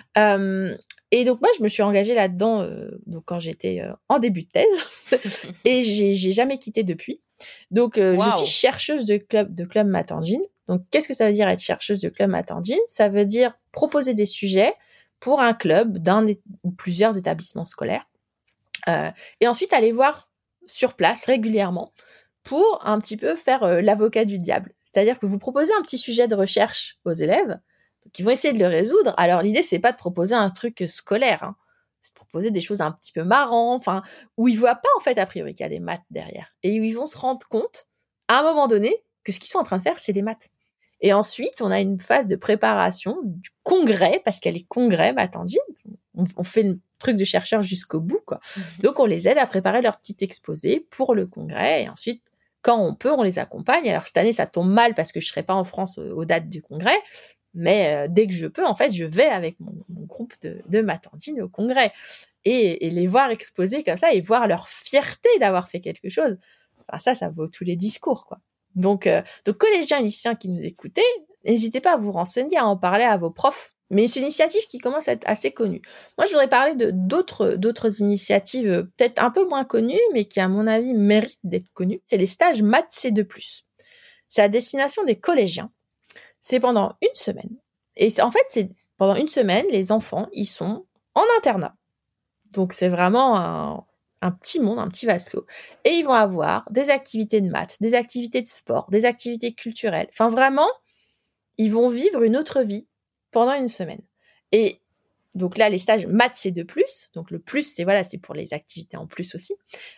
euh, Et donc, moi, je me suis engagée là-dedans euh, donc quand j'étais euh, en début de thèse, et j'ai, j'ai jamais quitté depuis. Donc, euh, wow. Je suis chercheuse de club, de club Math Engine. Donc, qu'est-ce que ça veut dire être chercheuse de club Math Engine ? Ça veut dire proposer des sujets pour un club d'un ou plusieurs établissements scolaires. Euh, et ensuite, aller voir sur place régulièrement pour un petit peu faire euh, l'avocat du diable. C'est-à-dire que vous proposez un petit sujet de recherche aux élèves qui vont essayer de le résoudre. Alors, l'idée, c'est pas de proposer un truc scolaire, hein. C'est de proposer des choses un petit peu marrantes, enfin, où ils voient pas, en fait, a priori, qu'il y a des maths derrière. Et où ils vont se rendre compte, à un moment donné, que ce qu'ils sont en train de faire, c'est des maths. Et ensuite, on a une phase de préparation du congrès, parce qu'elle est congrès, ma tangine. On, on fait le truc de chercheur jusqu'au bout, quoi. Mmh. Donc, on les aide à préparer leur petit exposé pour le congrès. Et ensuite, quand on peut, on les accompagne. Alors, cette année, ça tombe mal parce que je serai pas en France aux, aux dates du congrès. Mais euh, dès que je peux, en fait, je vais avec mon, mon groupe de, de ma tantine au congrès. Et, et les voir exposer comme ça et voir leur fierté d'avoir fait quelque chose. Enfin, ça, ça vaut tous les discours, quoi. Donc, euh, donc collégiens et lycéens qui nous écoutez, n'hésitez pas à vous renseigner, à en parler à vos profs. Mais c'est une initiative qui commence à être assez connue. Moi, je voudrais parler de d'autres d'autres initiatives peut-être un peu moins connues, mais qui, à mon avis, méritent d'être connues. C'est les stages maths C deux plus. C'est à destination des collégiens. C'est pendant une semaine. Et c'est, en fait, c'est pendant une semaine, les enfants, ils sont en internat. Donc, c'est vraiment un... un petit monde, un petit vase clos. Et ils vont avoir des activités de maths, des activités de sport, des activités culturelles. Enfin, vraiment, ils vont vivre une autre vie pendant une semaine. Et donc là, les stages maths C deux plus, donc le plus, c'est voilà, c'est pour les activités en plus aussi,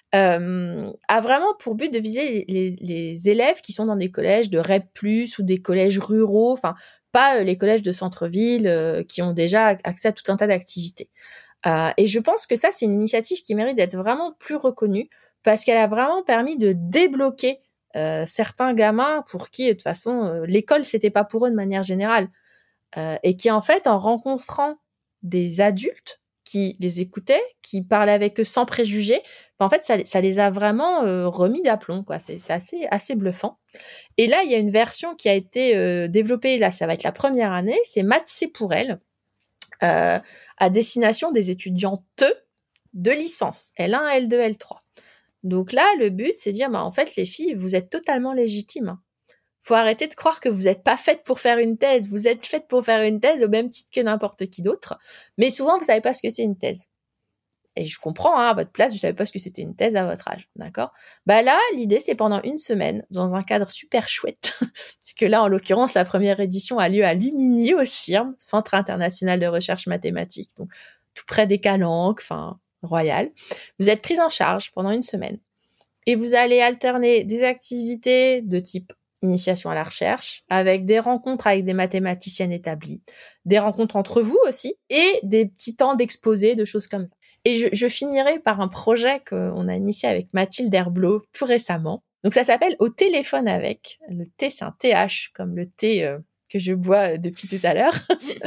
euh, a vraiment pour but de viser les, les élèves qui sont dans des collèges de R E P plus, ou des collèges ruraux, enfin, pas les collèges de centre-ville euh, qui ont déjà accès à tout un tas d'activités. Euh, et je pense que ça, c'est une initiative qui mérite d'être vraiment plus reconnue parce qu'elle a vraiment permis de débloquer euh, certains gamins pour qui, de toute façon, euh, l'école, c'était pas pour eux de manière générale. Euh, et qui, en fait, en rencontrant des adultes qui les écoutaient, qui parlaient avec eux sans préjugés, ben, en fait, ça, ça les a vraiment euh, remis d'aplomb, quoi. C'est, c'est assez, assez bluffant. Et là, il y a une version qui a été euh, développée, là, ça va être la première année, c'est Maths C pour elle. Euh, à destination des étudiantes de licence, L un, L deux, L trois. Donc là, le but, c'est de dire, bah, en fait, les filles, vous êtes totalement légitimes. Hein. Faut arrêter de croire que vous n'êtes pas faites pour faire une thèse. Vous êtes faites pour faire une thèse au même titre que n'importe qui d'autre. Mais souvent, vous savez pas ce que c'est une thèse. Et je comprends, hein, à votre place, je savais pas ce que c'était une thèse à votre âge, d'accord? Bah là, l'idée, c'est pendant une semaine, dans un cadre super chouette, parce que là, en l'occurrence, la première édition a lieu à Lumini, au C I R M, Centre International de Recherche Mathématique, donc tout près des Calanques, enfin, royal. Vous êtes prise en charge pendant une semaine, et vous allez alterner des activités de type initiation à la recherche, avec des rencontres avec des mathématiciennes établies, des rencontres entre vous aussi, et des petits temps d'exposé, de choses comme ça. Et je, je finirai par un projet qu'on a initié avec Mathilde Herblot tout récemment. Donc ça s'appelle Au téléphone avec. Le T, c'est un T H, comme le thé euh, que je bois depuis tout à l'heure.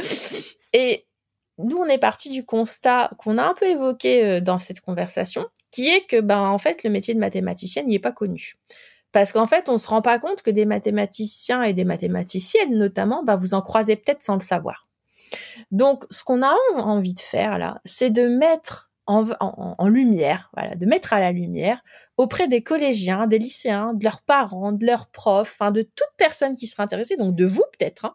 Et nous, on est parti du constat qu'on a un peu évoqué euh, dans cette conversation, qui est que, ben, en fait, le métier de mathématicienne n'y est pas connu. Parce qu'en fait, on se rend pas compte que des mathématiciens et des mathématiciennes, notamment, ben, vous en croisez peut-être sans le savoir. Donc, ce qu'on a envie de faire là, c'est de mettre en, en, en lumière, voilà, de mettre à la lumière auprès des collégiens, des lycéens, de leurs parents, de leurs profs, enfin de toute personne qui sera intéressée, donc de vous peut-être, hein,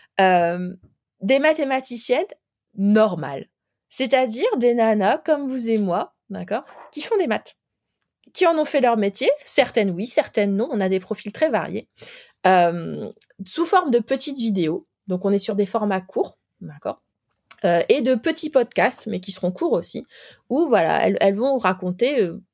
euh, des mathématiciennes normales, c'est-à-dire des nanas comme vous et moi, d'accord, qui font des maths, qui en ont fait leur métier, certaines oui, certaines non, on a des profils très variés, euh, sous forme de petites vidéos, donc on est sur des formats courts. D'accord. Euh, et de petits podcasts, mais qui seront courts aussi, où voilà, elles, elles vont raconter euh,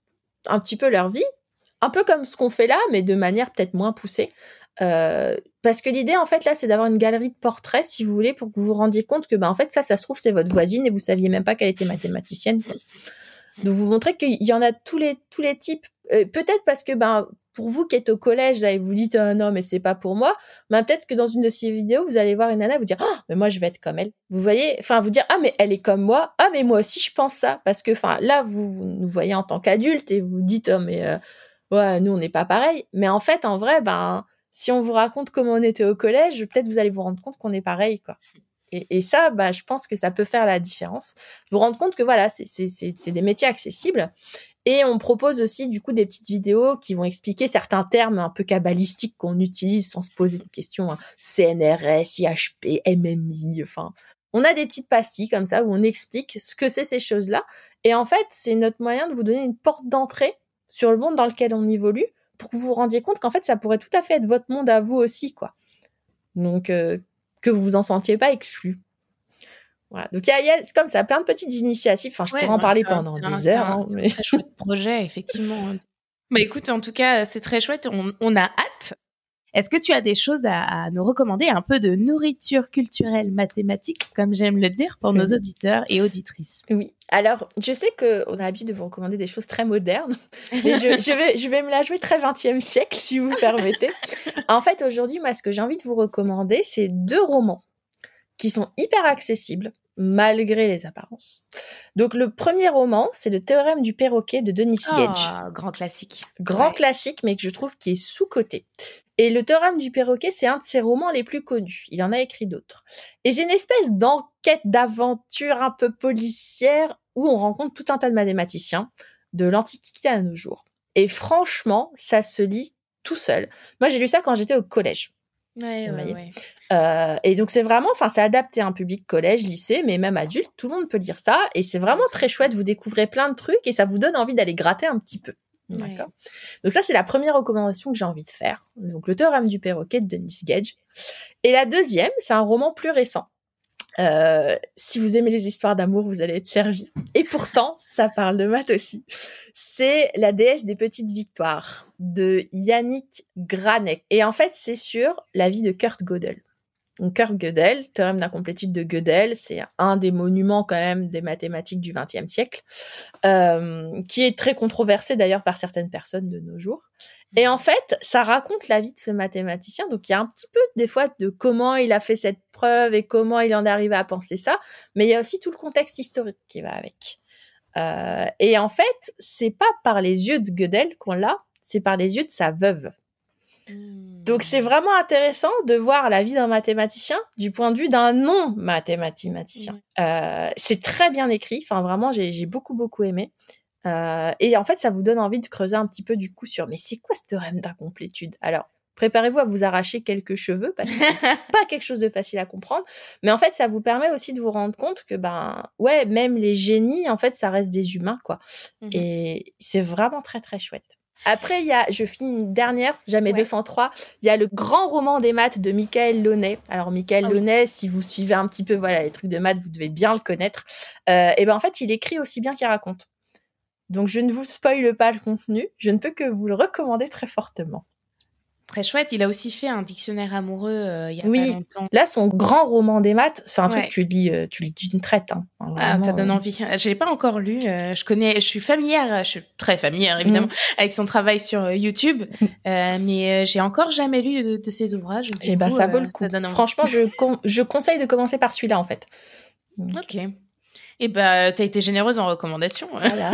un petit peu leur vie, un peu comme ce qu'on fait là, mais de manière peut-être moins poussée. Euh, parce que l'idée, en fait, là, c'est d'avoir une galerie de portraits, si vous voulez, pour que vous vous rendiez compte que, ben, en fait, ça, ça se trouve, c'est votre voisine et vous saviez même pas qu'elle était mathématicienne, quoi. Donc, vous montrez qu'il y en a tous les, tous les types. Euh, peut-être parce que, ben, pour vous qui êtes au collège, là, et vous dites, ah, non, mais c'est pas pour moi, ben, peut-être que dans une de ces vidéos, vous allez voir une nana vous dire, ah, mais moi, je vais être comme elle. Vous voyez, enfin, vous dire, ah, mais elle est comme moi. Ah, mais moi aussi, je pense ça. Parce que, enfin, là, vous, vous nous voyez en tant qu'adulte et vous dites, oh, mais, euh, ouais, nous, on n'est pas pareil. Mais en fait, en vrai, ben, si on vous raconte comment on était au collège, peut-être vous allez vous rendre compte qu'on est pareil, quoi. Et, et ça, bah, je pense que ça peut faire la différence. Vous rendre compte que voilà, c'est, c'est, c'est, c'est des métiers accessibles. Et on propose aussi, du coup, des petites vidéos qui vont expliquer certains termes un peu cabalistiques qu'on utilise sans se poser de questions. Hein. C N R S, I H P, M M I, enfin. On a des petites pastilles comme ça où on explique ce que c'est ces choses-là. Et en fait, c'est notre moyen de vous donner une porte d'entrée sur le monde dans lequel on évolue pour que vous vous rendiez compte qu'en fait, ça pourrait tout à fait être votre monde à vous aussi, quoi. Donc, euh, que vous vous en sentiez pas exclu. Voilà. Donc, il y a, y a comme ça, plein de petites initiatives. Enfin, je ouais, pourrais en bah, parler c'est un, pendant c'est des un, heures. C'est un, hein, c'est mais... un très chouette projet, effectivement. Bah, écoute, en tout cas, c'est très chouette. On, on a hâte. Est-ce que tu as des choses à, à nous recommander, un peu de nourriture culturelle mathématique, comme j'aime le dire, pour nos auditeurs et auditrices? Oui. Alors, je sais qu'on a l'habitude de vous recommander des choses très modernes, mais je, je, vais, je vais me la jouer très vingtième siècle, si vous me permettez. En fait, aujourd'hui, moi, ce que j'ai envie de vous recommander, c'est deux romans qui sont hyper accessibles, malgré les apparences. Donc, le premier roman, c'est Le Théorème du perroquet de Denis Gage. Oh, grand classique. Grand Ouais. classique, mais que je trouve qui est sous-coté. Et Le Théorème du perroquet, c'est un de ses romans les plus connus. Il en a écrit d'autres. Et c'est une espèce d'enquête, d'aventure un peu policière où on rencontre tout un tas de mathématiciens de l'Antiquité à nos jours. Et franchement, ça se lit tout seul. Moi, j'ai lu ça quand j'étais au collège. Ouais, Vous ouais, voyez. ouais. Euh, et donc c'est vraiment, enfin c'est adapté à un public collège, lycée, mais même adulte, tout le monde peut lire ça. Et c'est vraiment très chouette. Vous découvrez plein de trucs et ça vous donne envie d'aller gratter un petit peu. Ouais. D'accord. Donc ça, c'est la première recommandation que j'ai envie de faire. Donc, Le Théorème du perroquet de Denis Gage. Et la deuxième, c'est un roman plus récent. Euh, si vous aimez les histoires d'amour, vous allez être servi. Et pourtant, ça parle de maths aussi. C'est La déesse des petites victoires de Yannick Granek. Et en fait, c'est sur la vie de Kurt Gödel. Donc Kurt Gödel, théorème d'incomplétude de Gödel, c'est un des monuments quand même des mathématiques du vingtième siècle, euh, qui est très controversé d'ailleurs par certaines personnes de nos jours. Et en fait, ça raconte la vie de ce mathématicien. Donc il y a un petit peu des fois de comment il a fait cette preuve et comment il en est arrivé à penser ça, mais il y a aussi tout le contexte historique qui va avec. Euh, et en fait, c'est pas par les yeux de Gödel qu'on l'a, c'est par les yeux de sa veuve. Donc c'est vraiment intéressant de voir la vie d'un mathématicien du point de vue d'un non-mathématicien. Mmh. Euh, c'est très bien écrit, enfin vraiment j'ai, j'ai beaucoup beaucoup aimé. Euh, et en fait ça vous donne envie de creuser un petit peu du coup sur mais c'est quoi ce théorème d'incomplétude ? Alors préparez-vous à vous arracher quelques cheveux parce que c'est pas quelque chose de facile à comprendre, mais en fait ça vous permet aussi de vous rendre compte que ben ouais même les génies en fait ça reste des humains quoi. Mmh. Et c'est vraiment très très chouette. Après, il y a, je finis une dernière, jamais ouais. deux cent trois, il y a le grand roman des maths de Michael Launay. Alors, Michael ah, Launay, oui. si vous suivez un petit peu, voilà, les trucs de maths, vous devez bien le connaître. Euh, et ben, en fait, il écrit aussi bien qu'il raconte. Donc, je ne vous spoile pas le contenu, je ne peux que vous le recommander très fortement. Très chouette. Il a aussi fait un dictionnaire amoureux euh, il y a oui. pas longtemps. Là, son grand roman des maths, c'est un ouais. truc que tu lis, euh, tu lis d'une traite. Hein. Enfin, ah, ça donne envie. Je l'ai pas encore lu. Euh, je connais, je suis familière, je suis très familière évidemment mmh. avec son travail sur euh, YouTube, mmh. euh, mais euh, j'ai encore jamais lu de, de ses ouvrages. Et bah coup, ça vaut le coup. Ça donne envie. Franchement, je con- je conseille de commencer par celui-là en fait. Donc. Ok. Et bah t'as été généreuse en recommandations. Voilà.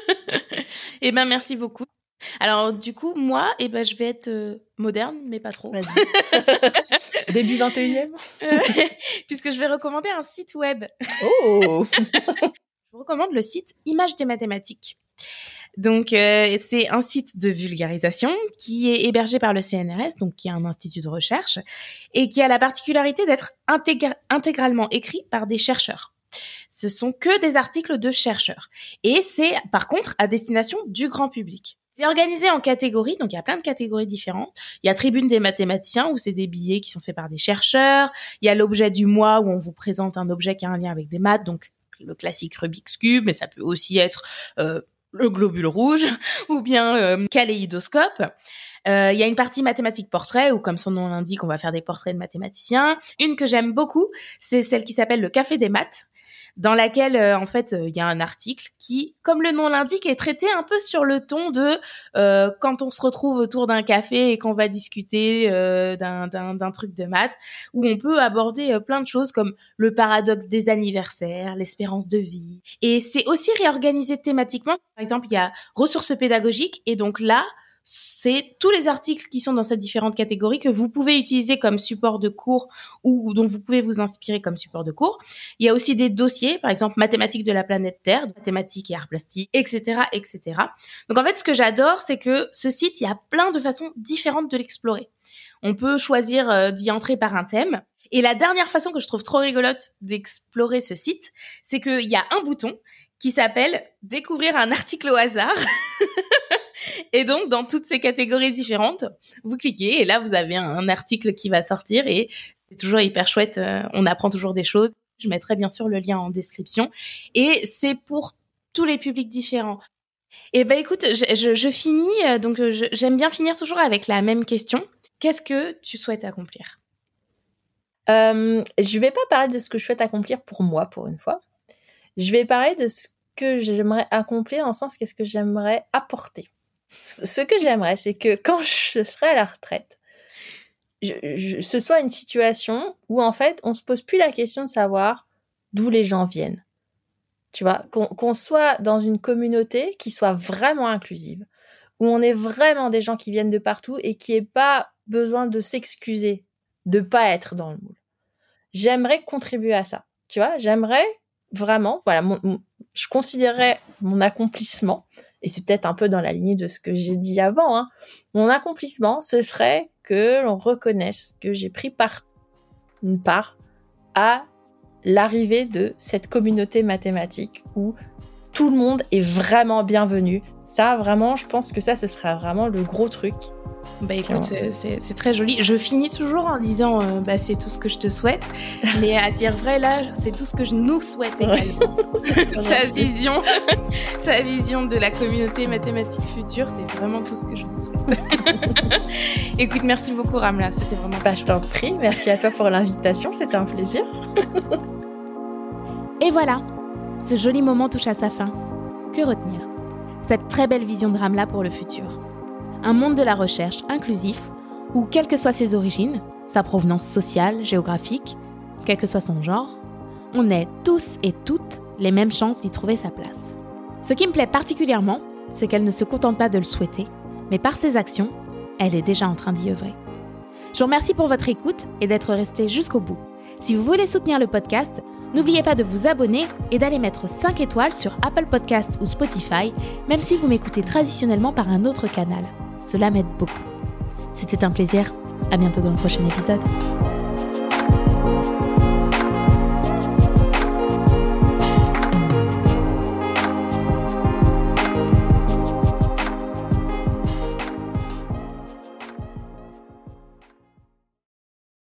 Et ben merci beaucoup. Alors, du coup, moi, eh ben, je vais être euh, moderne, mais pas trop. Vas-y. Début vingt et unième euh, Puisque je vais recommander un site web. Oh. Je vous recommande le site Images des mathématiques. Donc, euh, c'est un site de vulgarisation qui est hébergé par le C N R S, donc qui est un institut de recherche, et qui a la particularité d'être intégra- intégralement écrit par des chercheurs. Ce sont que des articles de chercheurs. Et c'est, par contre, à destination du grand public. C'est organisé en catégories, donc il y a plein de catégories différentes. Il y a Tribune des mathématiciens, où c'est des billets qui sont faits par des chercheurs. Il y a l'objet du mois, où on vous présente un objet qui a un lien avec des maths, donc le classique Rubik's Cube, mais ça peut aussi être euh, le globule rouge, ou bien euh, kaléidoscope. Euh, il y a une partie mathématiques portrait, où comme son nom l'indique, on va faire des portraits de mathématiciens. Une que j'aime beaucoup, c'est celle qui s'appelle le Café des maths, dans laquelle, euh, en fait, il euh, y a un article qui, comme le nom l'indique, est traité un peu sur le ton de euh, quand on se retrouve autour d'un café et qu'on va discuter euh, d'un, d'un, d'un truc de maths, où on peut aborder euh, plein de choses comme le paradoxe des anniversaires, l'espérance de vie. Et c'est aussi réorganisé thématiquement. Par exemple, il y a ressources pédagogiques, et donc là, c'est tous les articles qui sont dans ces différentes catégories que vous pouvez utiliser comme support de cours ou dont vous pouvez vous inspirer comme support de cours. Il y a aussi des dossiers, par exemple mathématiques de la planète Terre, mathématiques et arts plastiques, et cetera, et cetera. Donc en fait, ce que j'adore, c'est que ce site, il y a plein de façons différentes de l'explorer. On peut choisir euh, d'y entrer par un thème. Et la dernière façon que je trouve trop rigolote d'explorer ce site, c'est qu'il y a un bouton qui s'appelle « Découvrir un article au hasard ». Et donc, dans toutes ces catégories différentes, vous cliquez et là, vous avez un, un article qui va sortir et c'est toujours hyper chouette. Euh, on apprend toujours des choses. Je mettrai bien sûr le lien en description. Et c'est pour tous les publics différents. Et ben, écoute, je, je, je finis. Donc, je, j'aime bien finir toujours avec la même question. qu'est-ce que tu souhaites accomplir ? euh, Je vais pas parler de ce que je souhaite accomplir pour moi, pour une fois. Je vais parler de ce que j'aimerais accomplir, en sens qu'est-ce que j'aimerais apporter. Ce que j'aimerais, c'est que quand je serai à la retraite, je, je, ce soit une situation où en fait, on se pose plus la question de savoir d'où les gens viennent. Tu vois, qu'on, qu'on soit dans une communauté qui soit vraiment inclusive, où on ait vraiment des gens qui viennent de partout et qui n'aient pas besoin de s'excuser de pas être dans le moule. J'aimerais contribuer à ça. Tu vois, j'aimerais vraiment, voilà, mon, mon, je considérais mon accomplissement, et c'est peut-être un peu dans la lignée de ce que j'ai dit avant, hein, mon accomplissement, ce serait que l'on reconnaisse que j'ai pris part, une part à l'arrivée de cette communauté mathématique où tout le monde est vraiment bienvenu. Ça, vraiment, je pense que ça, ce sera vraiment le gros truc. Bah écoute, c'est, c'est, c'est très joli. Je finis toujours en disant euh, bah c'est tout ce que je te souhaite, mais à dire vrai là, c'est tout ce que je nous souhaite également. Ouais. ta vision, ta vision de la communauté mathématique future, c'est vraiment tout ce que je vous souhaite. Écoute, merci beaucoup Ramla, c'était vraiment. Bah je t'en prie, merci à toi pour l'invitation, c'était un plaisir. Et voilà, ce joli moment touche à sa fin. Que retenir ? Cette très belle vision de Ramla pour le futur. Un monde de la recherche inclusif où, quelles que soient ses origines, sa provenance sociale, géographique, quel que soit son genre, on ait tous et toutes les mêmes chances d'y trouver sa place. Ce qui me plaît particulièrement, c'est qu'elle ne se contente pas de le souhaiter, mais par ses actions, elle est déjà en train d'y œuvrer. Je vous remercie pour votre écoute et d'être resté jusqu'au bout. Si vous voulez soutenir le podcast, n'oubliez pas de vous abonner et d'aller mettre cinq étoiles sur Apple Podcasts ou Spotify, même si vous m'écoutez traditionnellement par un autre canal. Cela m'aide beaucoup. C'était un plaisir. À bientôt dans le prochain épisode.